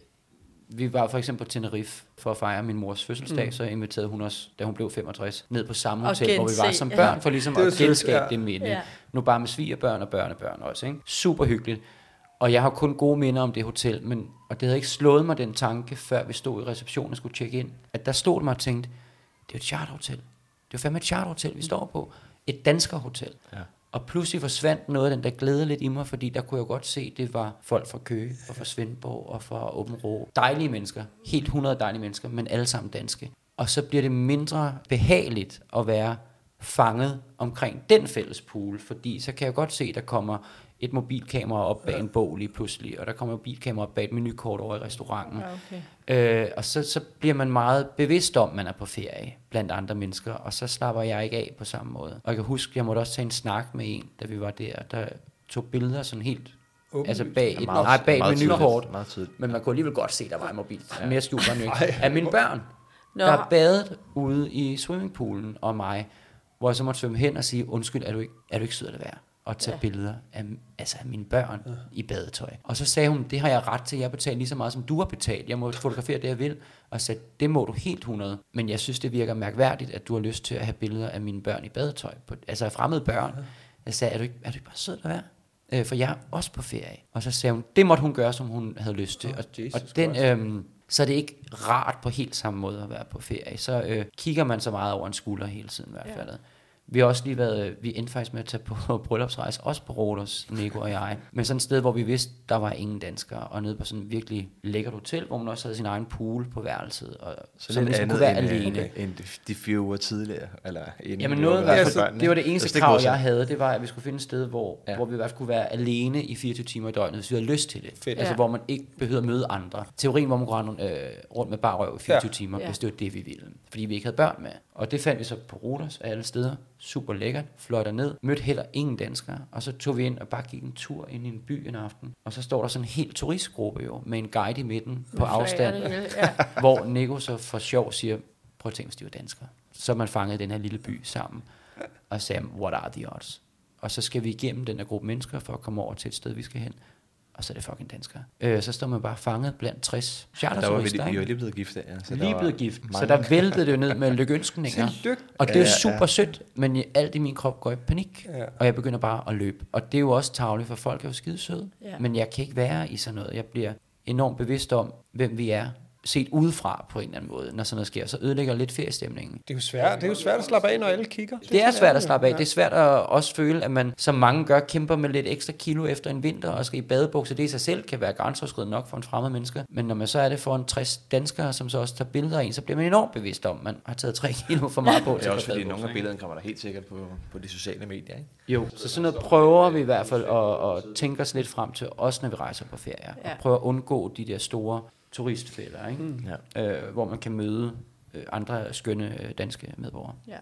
Vi var for eksempel på Tenerife for at fejre min mors fødselsdag, så inviterede hun os, da hun blev 65, ned på samme hotel, hvor vi var som børn, for ligesom at genskabe det minde. Ja. Nu bare med svigerbørn og børnebørn også, ikke? Super hyggeligt. Og jeg har kun gode minder om det hotel, og det havde ikke slået mig den tanke, før vi stod i receptionen og skulle tjekke ind, at der stod mig og tænkte, det er et charterhotel. Det er fandme et charterhotel, vi står på. Et danskerhotel. Ja. Og pludselig forsvandt noget af den der glæde lidt i mig, fordi der kunne jeg godt se, det var folk fra Køge, og fra Svendborg, og fra Aabenraa. Dejlige mennesker. Helt 100 dejlige mennesker, men alle sammen danske. Og så bliver det mindre behageligt at være fanget omkring den fælles pool, fordi så kan jeg godt se, der kommer et mobilkamera op bag en bog lige pludselig, og der kommer et mobilkamera op bag et menukort over i restauranten. Okay. Og så bliver man meget bevidst om, man er på ferie blandt andre mennesker, og så slapper jeg ikke af på samme måde. Og jeg kan huske, jeg måtte også tage en snak med en, da vi var der tog billeder sådan helt altså bag et menukort, men man kunne alligevel godt se, der var en mobil. Mere skjult var ikke. Af mine børn, der har badet ude i swimmingpoolen og mig, hvor jeg så måtte svømme hen og sige, undskyld, er du ikke sød at være? Og tage billeder af mine børn i badetøj. Og så sagde hun, det har jeg ret til, jeg betaler lige så meget, som du har betalt. Jeg må fotografere det, jeg vil. Og sagde, det må du helt 100. Men jeg synes, det virker mærkværdigt, at du har lyst til at have billeder af mine børn i badetøj. Altså af fremmede børn. Jeg sagde, er du ikke bare sød at være? For jeg er også på ferie. Og så sagde hun, det måtte hun gøre, som hun havde lyst til. Og den... Så er det ikke rart på helt samme måde at være på ferie. Så kigger man så meget over en skulder hele tiden i hvert fald. Vi har også lige været, vi endte faktisk med at tage på bryllupsrejse, også på Rhodos, Nico og jeg. Men sådan et sted, hvor vi vidste, der var ingen danskere, og nede på sådan et virkelig lækkert hotel, hvor man også havde sin egen pool på værelset, og så man ligesom kunne være alene. End de 4 uger tidligere, eller jamen noget, det var det eneste krav, jeg havde, det var, at vi skulle finde et sted, hvor vi i hvert fald kunne være alene i 24 timer i døgnet, hvis vi havde lyst til det. Fedt. Altså hvor man ikke behøvede at møde andre. Teorien var, man kunne rundt med bare røv i 24 timer, hvis det var det, vi ville. Fordi vi ikke havde børn med. Og det fandt vi så på Rhodos alle steder. Super lækkert, fløjter ned, mødte heller ingen danskere, og så tog vi ind og bare gik en tur ind i en by en aften, og så står der sådan en helt turistgruppe jo, med en guide i midten på afstand, hvor Nico så for sjov siger, prøv at tænke, hvis de var danskere. Så man fanget den her lille by sammen, og sagde, what are the odds? Og så skal vi igennem den her gruppe mennesker, for at komme over til et sted, vi skal hen. Og så er det fucking danskere. Så står man bare fanget blandt 60 charterturister. Der var vi jo lige blevet gift. Så lige blevet gift. Så der væltede det jo ned med lykønskninger. Og det er super sødt, men alt i min krop går i panik. Ja. Og jeg begynder bare at løbe. Og det er jo også tarveligt, for folk er jo skide søde. Ja. Men jeg kan ikke være i sådan noget. Jeg bliver enormt bevidst om, hvem vi er. Set udefra på en eller anden måde, når sådan noget sker, så ødelægger lidt feriestemningen. Det er jo svært at slappe af, når alle kigger. Det er svært at slappe af. Det er svært at også føle, at man, som mange gør, kæmper med lidt ekstra kilo efter en vinter, og skal i badebukser. Det i sig selv kan være grænseoverskridende nok for en fremmed mennesker. Men når man så er det for en 60 danskere, som så også tager billeder af en, så bliver man enormt bevidst om, at man har taget 3 kilo for meget på. Det er også fordi, nogle af billederne kommer der helt sikkert på de sociale medier, ikke? Jo, så sådan noget prøver vi i hvert fald at tænke os lidt frem til, også når vi rejser på ferie. Og prøver at undgå de der store turistfælder, ikke? Hvor man kan møde andre skønne danske medborgere. Ja.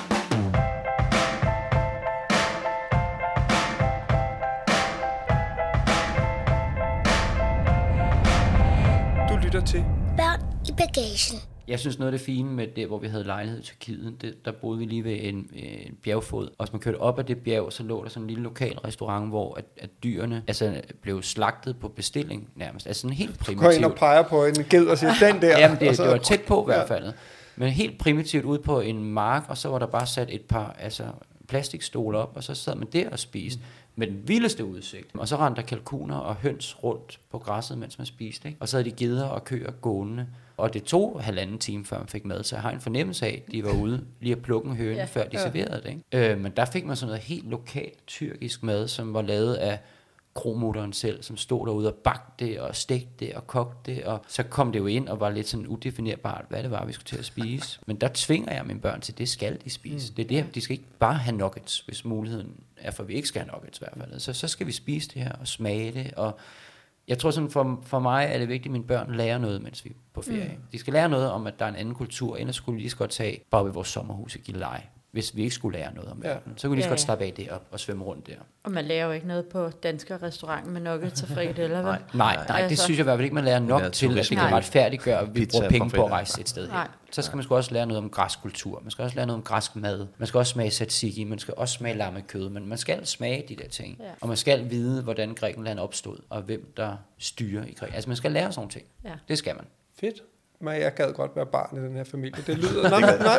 Du lytter til Børn i bagagen. Jeg synes noget af det fine med det, hvor vi havde lejlighed i Tyrkiet, der boede vi lige ved en bjergfod. Og hvis man kørte op ad det bjerg, så lå der sådan en lille lokal restaurant, hvor at dyrene blev slagtet på bestilling nærmest. Altså sådan helt primitivt. Du går ind og peger på en ged og siger, den der. Jamen det var tæt på i hvert fald. Men helt primitivt ude på en mark, og så var der bare sat et par plastikstole op, og så sad man der og spiste. Med den vildeste udsigt. Og så rendte der kalkuner og høns rundt på græsset, mens man spiste. Ikke? Og så havde de geder og køer gående. Og det tog 1,5 time, før man fik mad. Så jeg har en fornemmelse af, at de var ude lige at plukke en høne, før de serverede det. Ikke? Men der fik man sådan noget helt lokalt tyrkisk mad, som var lavet af kromutteren selv, som stod derude og bagte det, og stegte det, og kogte det, og så kom det jo ind, og var lidt sådan udefinerbart, hvad det var, vi skulle til at spise. Men der tvinger jeg mine børn til, det skal de spise. Det er det, de skal ikke bare have nuggets, hvis muligheden er, for vi ikke skal have nuggets i hvert fald. Så skal vi spise det her, og smage det, og Jeg tror sådan, for mig er det vigtigt, at mine børn lærer noget, mens vi er på ferie. De skal lære noget om, at der er en anden kultur, ellers skulle vi lige så godt tage bare ved vores sommerhus i Gilleleje. Hvis vi ikke skulle lære noget om verden, så kunne vi lige så godt slappe af deroppe og svømme rundt der. Og man lærer jo ikke noget på danske restauranter med nuggets og frikadeller, vel? Nej, det synes jeg i hvert fald ikke, man lærer nok til, at det kan retfærdiggøre, at vi bruger penge på at rejse et sted her. Så skal man sgu også lære noget om græsk kultur. Man skal også lære noget om græsk mad. Man skal også smage tzatziki. Man skal også smage lammekød. Men man skal smage de der ting. Ja. Og man skal vide, hvordan Grækenland opstod, og hvem der styrer i Grækenland. Altså man skal lære sådan nogle ting. Ja. Det skal man. Fedt. Men jeg gad godt være barn i den her familie. Det lyder,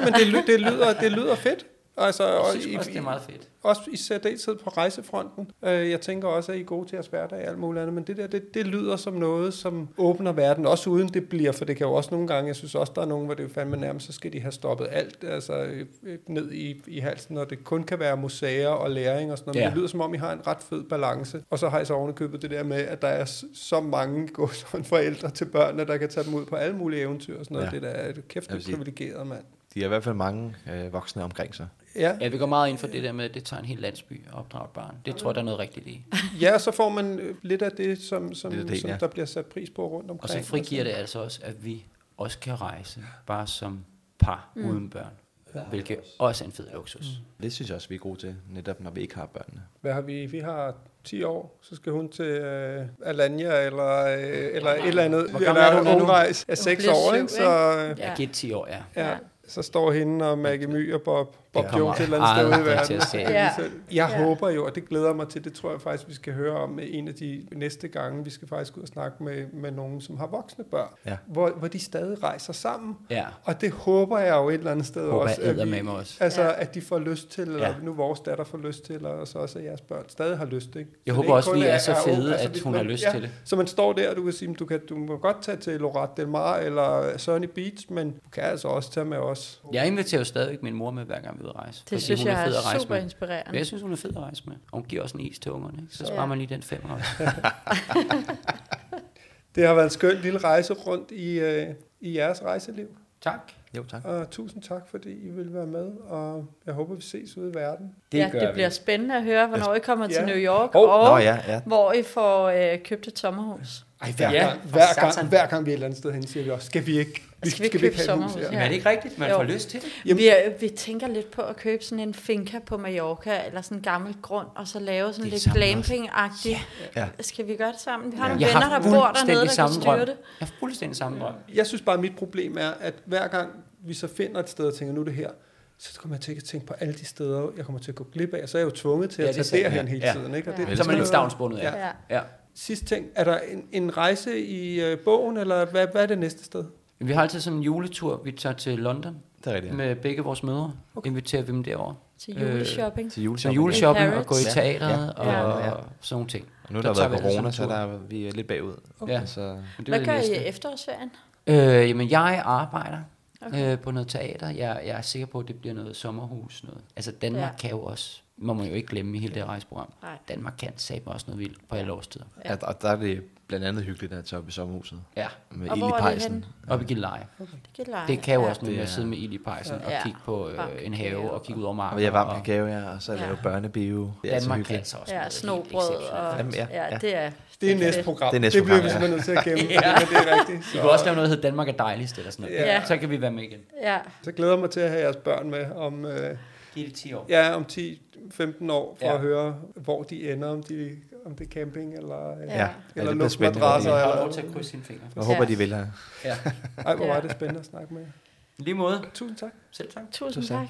det lyder fedt. Altså, jeg synes også, det er meget fedt. Også i særdeleshed på rejsefronten. Jeg tænker også, at I er gode til at hverdag og alt muligt andet, men det lyder som noget, som åbner verden, også uden det bliver, for det kan jo også nogle gange, jeg synes også, der er nogen, hvor det jo fandme nærmest, så skal de have stoppet alt, altså ned i halsen, og det kun kan være museer og læring og sådan noget, men det lyder som om, I har en ret fed balance, og så har I så ovenikøbet det der med, at der er så mange forældre til børnene, der kan tage dem ud på alle mulige eventyr og sådan noget, det der er et kæft privilegeret, mand. De har i hvert fald mange voksne omkring sig. Ja, vi går meget ind for det der med, at det tager en hel landsby at opdrage et barn. Det tror jeg, der er noget rigtigt i. Ja, så får man lidt af det, som der bliver sat pris på rundt omkring. Og så frigiver det altså også, at vi også kan rejse, bare som par uden børn. Hvilket også er en fed luksus. Det synes jeg også, vi er gode til, netop når vi ikke har børnene. Hvad har vi? Vi har 10 år, så skal hun til Alanya eller et eller andet. Hvor gammel er hun nu? Er 6 år, ikke? Så jeg giver 10 år, ja. Så står hende og Maggie My og Bob Jones et eller andet sted ude i verden. Jeg håber jo, og det glæder mig til, det tror jeg faktisk, vi skal høre om en af de næste gange. Vi skal faktisk ud og snakke med nogen, som har voksne børn, hvor de stadig rejser sammen. Ja. Og det håber jeg jo et eller andet sted også. At de får lyst til, eller nu vores datter får lyst til, eller så også at jeres børn stadig har lyst. Ikke? Jeg håber også, vi er så fede, at hun har lyst til det. Så man står der, og du kan sige, du må godt tage til Lloret del Mar eller Sunny Beach, men du kan altså også tage med os. Jeg inviterer jo stadigvæk min mor med, hver gang vi er ude at rejse. Det synes jeg er super inspirerende. Men jeg synes, hun er fed at rejse med. Og hun giver også en is til ungerne. Ikke? Så sparer man lige den 5 år. Det har været en skøn lille rejse rundt i jeres rejseliv. Tak. Jo, tak. Og tusind tak, fordi I vil være med, og jeg håber, vi ses ude i verden. Det bliver spændende at høre, hvornår I kommer til New York, hvor I får købt et sommerhus. Hver gang vi er et eller andet sted hen, siger vi også, skal vi ikke købe sommerhus? Ja. Er det ikke rigtigt? Man får lyst til det. Vi tænker lidt på at købe sådan en finca på Mallorca, eller sådan en gammel grund, og så lave sådan lidt glamping-agtigt. Ja. Skal vi gøre det sammen? Vi har nogle venner, der bor dernede, der kan styre det. Jeg har fuldstændig samme drøm. Jeg synes bare, at mit problem er, at hver gang vi så finder et sted og tænker, nu er det her, så kommer jeg til at tænke på alle de steder, jeg kommer til at gå glip af, så er jeg jo tvunget til at tage derhen hele tiden. Ikke? Og så er man lidt stavnsbundet af. Ja. Sidste ting, er der en rejse i bogen, eller hvad er det næste sted? Vi har altid sådan en juletur, vi tager til London med begge vores mødre. Inviterer vi dem derover. Til juleshopping. Til juleshopping og gå i teateret og sådan nogle ting. Og nu der har været corona, så vi er lidt bagud. Okay. Ja. Så, hvad gør I i efterårsferien? Jamen, jeg arbejder på noget teater. Jeg er sikker på, at det bliver noget sommerhus. Noget. Altså, Danmark kan jo også, man må jo ikke glemme i hele det rejseprogram. Nej. Danmark kan satme også noget vildt på alle årstider. Ja, og der er det blandt andet hyggeligt at tage op i sommerhuset. Ja. Med ild i pejsen. Op i Gilleleje. Okay. Det kan jo også noget med at sidde med ild i pejsen og kigge på en have og kigge ud over marken. Og jeg varm kakao, og så lave børnebio. Danmark kan altså også noget. Snobrød og det er næste program. Det bliver vi simpelthen nødt til at gemme. Det er rigtigt. Vi kan også lave noget, der hedder Danmark er dejligst eller sådan noget. Ja. Så kan vi være med igen. Ja. Så glæder jeg mig til at have jeres børn med om... Giv det 10 år. Ja, om 10-15 år, for at høre, hvor de ender, om det er camping, eller luftmadrasser. Jeg har lov til at krydse sine fingre. Jeg håber, de vil have. Ja. Ej, hvor var det spændende at snakke med jer. Lige måde. Tusind tak. Selv tak. Tusind tak.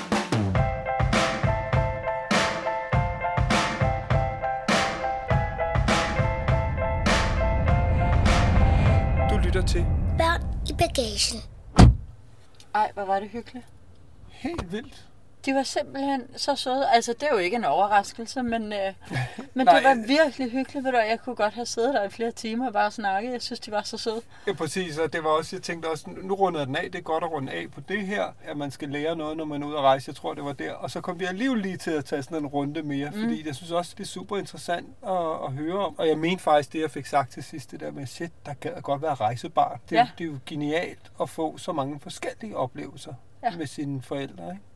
Du lytter til Børn i bagagen. Ej, hvor var det hyggeligt. Helt vildt. De var simpelthen så søde. Altså, det er jo ikke en overraskelse, men det var virkelig hyggeligt. Jeg kunne godt have siddet der i flere timer og bare snakket. Jeg synes, de var så søde. Ja, præcis. Og det var også, jeg tænkte også, nu runder den af. Det er godt at runde af på det her, at man skal lære noget, når man er ude at rejse. Jeg tror, det var der. Og så kom vi alligevel lige til at tage sådan en runde mere, fordi jeg synes også, det er super interessant at høre om. Og jeg mente faktisk det, jeg fik sagt til sidst, det der med, shit, der kan godt være rejsebarn. Det er jo genialt at få så mange forskellige oplevelser med sine forældre, ikke?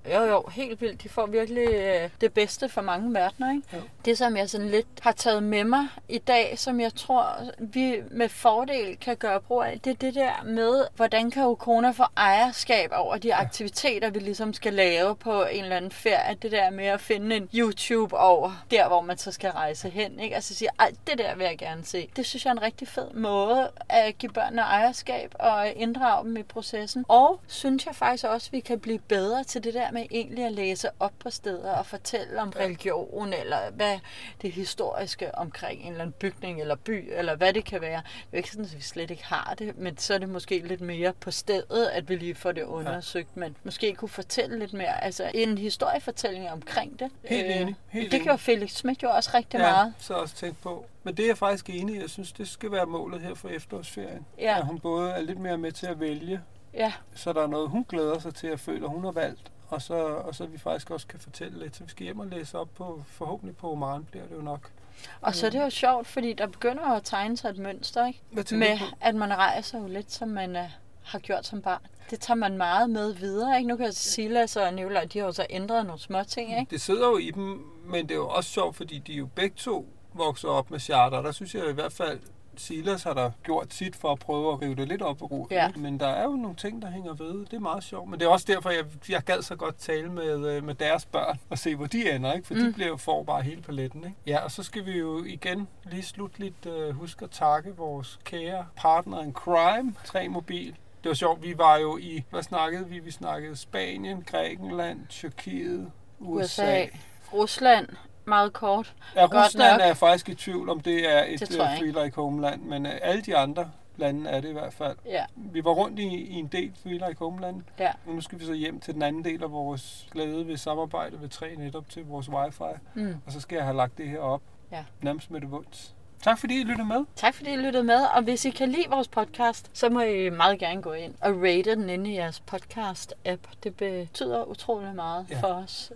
Jo, helt vildt. De får virkelig det bedste for mange verdener, ikke? Jo. Det, som jeg sådan lidt har taget med mig i dag, som jeg tror, vi med fordel kan gøre brug af, det er det der med, hvordan kan Okona få ejerskab over de aktiviteter, vi ligesom skal lave på en eller anden ferie. Det der med at finde en YouTube over der, hvor man så skal rejse hen, ikke? Altså sige, det der vil jeg gerne se. Det synes jeg er en rigtig fed måde at give børnene ejerskab og inddrage dem i processen. Og synes jeg faktisk også, at vi kan blive bedre til det der med egentlig at læse op på steder og fortælle om religion, eller hvad det historiske omkring en eller anden bygning eller by, eller hvad det kan være. Det er ikke sådan, at vi slet ikke har det, men så er det måske lidt mere på stedet, at vi lige får det undersøgt, men måske kunne fortælle lidt mere, altså en historiefortælling omkring det. Helt enig. Det gjorde Felix Smith jo også rigtig meget. Ja, så også tænkt på. Men det er jeg faktisk enig i. Jeg synes, det skal være målet her for efterårsferien. Ja. At hun både er lidt mere med til at vælge, så der er noget, hun glæder sig til at føle, hun har valgt. Og så vi faktisk også kan fortælle lidt, så vi skal hjem og læse op på, forhåbentlig på Omaren bliver det jo nok. Og så er det jo sjovt, fordi der begynder at tegne sig et mønster, ikke? Med at man rejser jo lidt, som man har gjort som barn. Det tager man meget med videre, ikke? Nu kan Silas og Nicolaj, de har jo så ændret nogle små ting, ikke? Det sidder jo i dem, men det er jo også sjovt, fordi de jo begge to vokser op med charter. Der synes jeg i hvert fald, Silas har der gjort sit for at prøve at rive det lidt op og roden. Ja. Men der er jo nogle ting, der hænger ved. Det er meget sjovt. Men det er også derfor, jeg gad så godt tale med deres børn og se, hvor de ender. Ikke? For de bliver jo for bare hele paletten. Ikke? Ja, og så skal vi jo igen lige slutligt huske at takke vores kære partner in crime, 3Mobil. Det var sjovt, vi var jo i, hvad snakkede vi? Vi snakkede Spanien, Grækenland, Tyrkiet, USA. Rusland. Meget kort. Ja, Rusland er jeg faktisk i tvivl, om det er et Feel Like Home-land, men alle de andre lande er det i hvert fald. Ja. Vi var rundt i en del Feel Like Home-land, og nu skal vi så hjem til den anden del af vores glæde ved samarbejde ved 3 netop til vores wifi, og så skal jeg have lagt det her op, nærmest med det vunds. Tak fordi I lyttede med. Tak fordi I lyttede med, og hvis I kan lide vores podcast, så må I meget gerne gå ind og rate den inde i jeres podcast-app. Det betyder utrolig meget for os.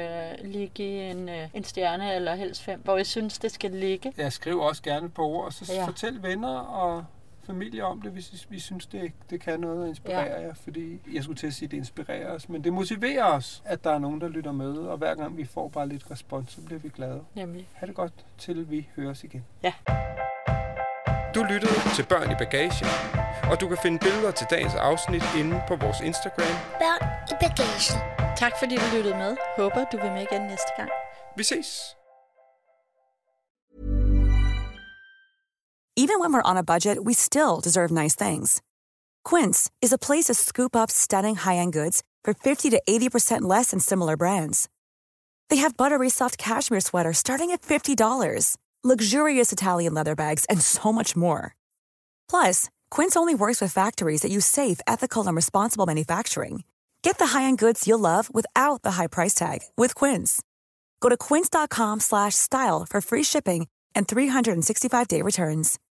Lige give en stjerne eller helst 5, hvor I synes, det skal ligge. Jeg skriver også gerne på ord, og så fortæl venner og familie om det, hvis vi synes, det kan noget at inspirere jer. Fordi jeg skulle til at sige, at det inspirerer os, men det motiverer os, at der er nogen, der lytter med, og hver gang vi får bare lidt respons, så bliver vi glade. Nemlig. Ha' det godt, til vi høres igen. Ja. Du lyttede til Børn i Bagagen, og du kan finde billeder til dagens afsnit inde på vores Instagram. Børn i Bagagen. Tak fordi du lyttede med. Håber, du vil med igen næste gang. Vi ses. Even when we're on a budget, we still deserve nice things. Quince is a place to scoop up stunning high-end goods for 50 to 80% less than similar brands. They have buttery soft cashmere sweaters starting at $50, luxurious Italian leather bags, and so much more. Plus, Quince only works with factories that use safe, ethical, and responsible manufacturing. Get the high-end goods you'll love without the high price tag with Quince. Go to quince.com/style for free shipping and 365-day returns.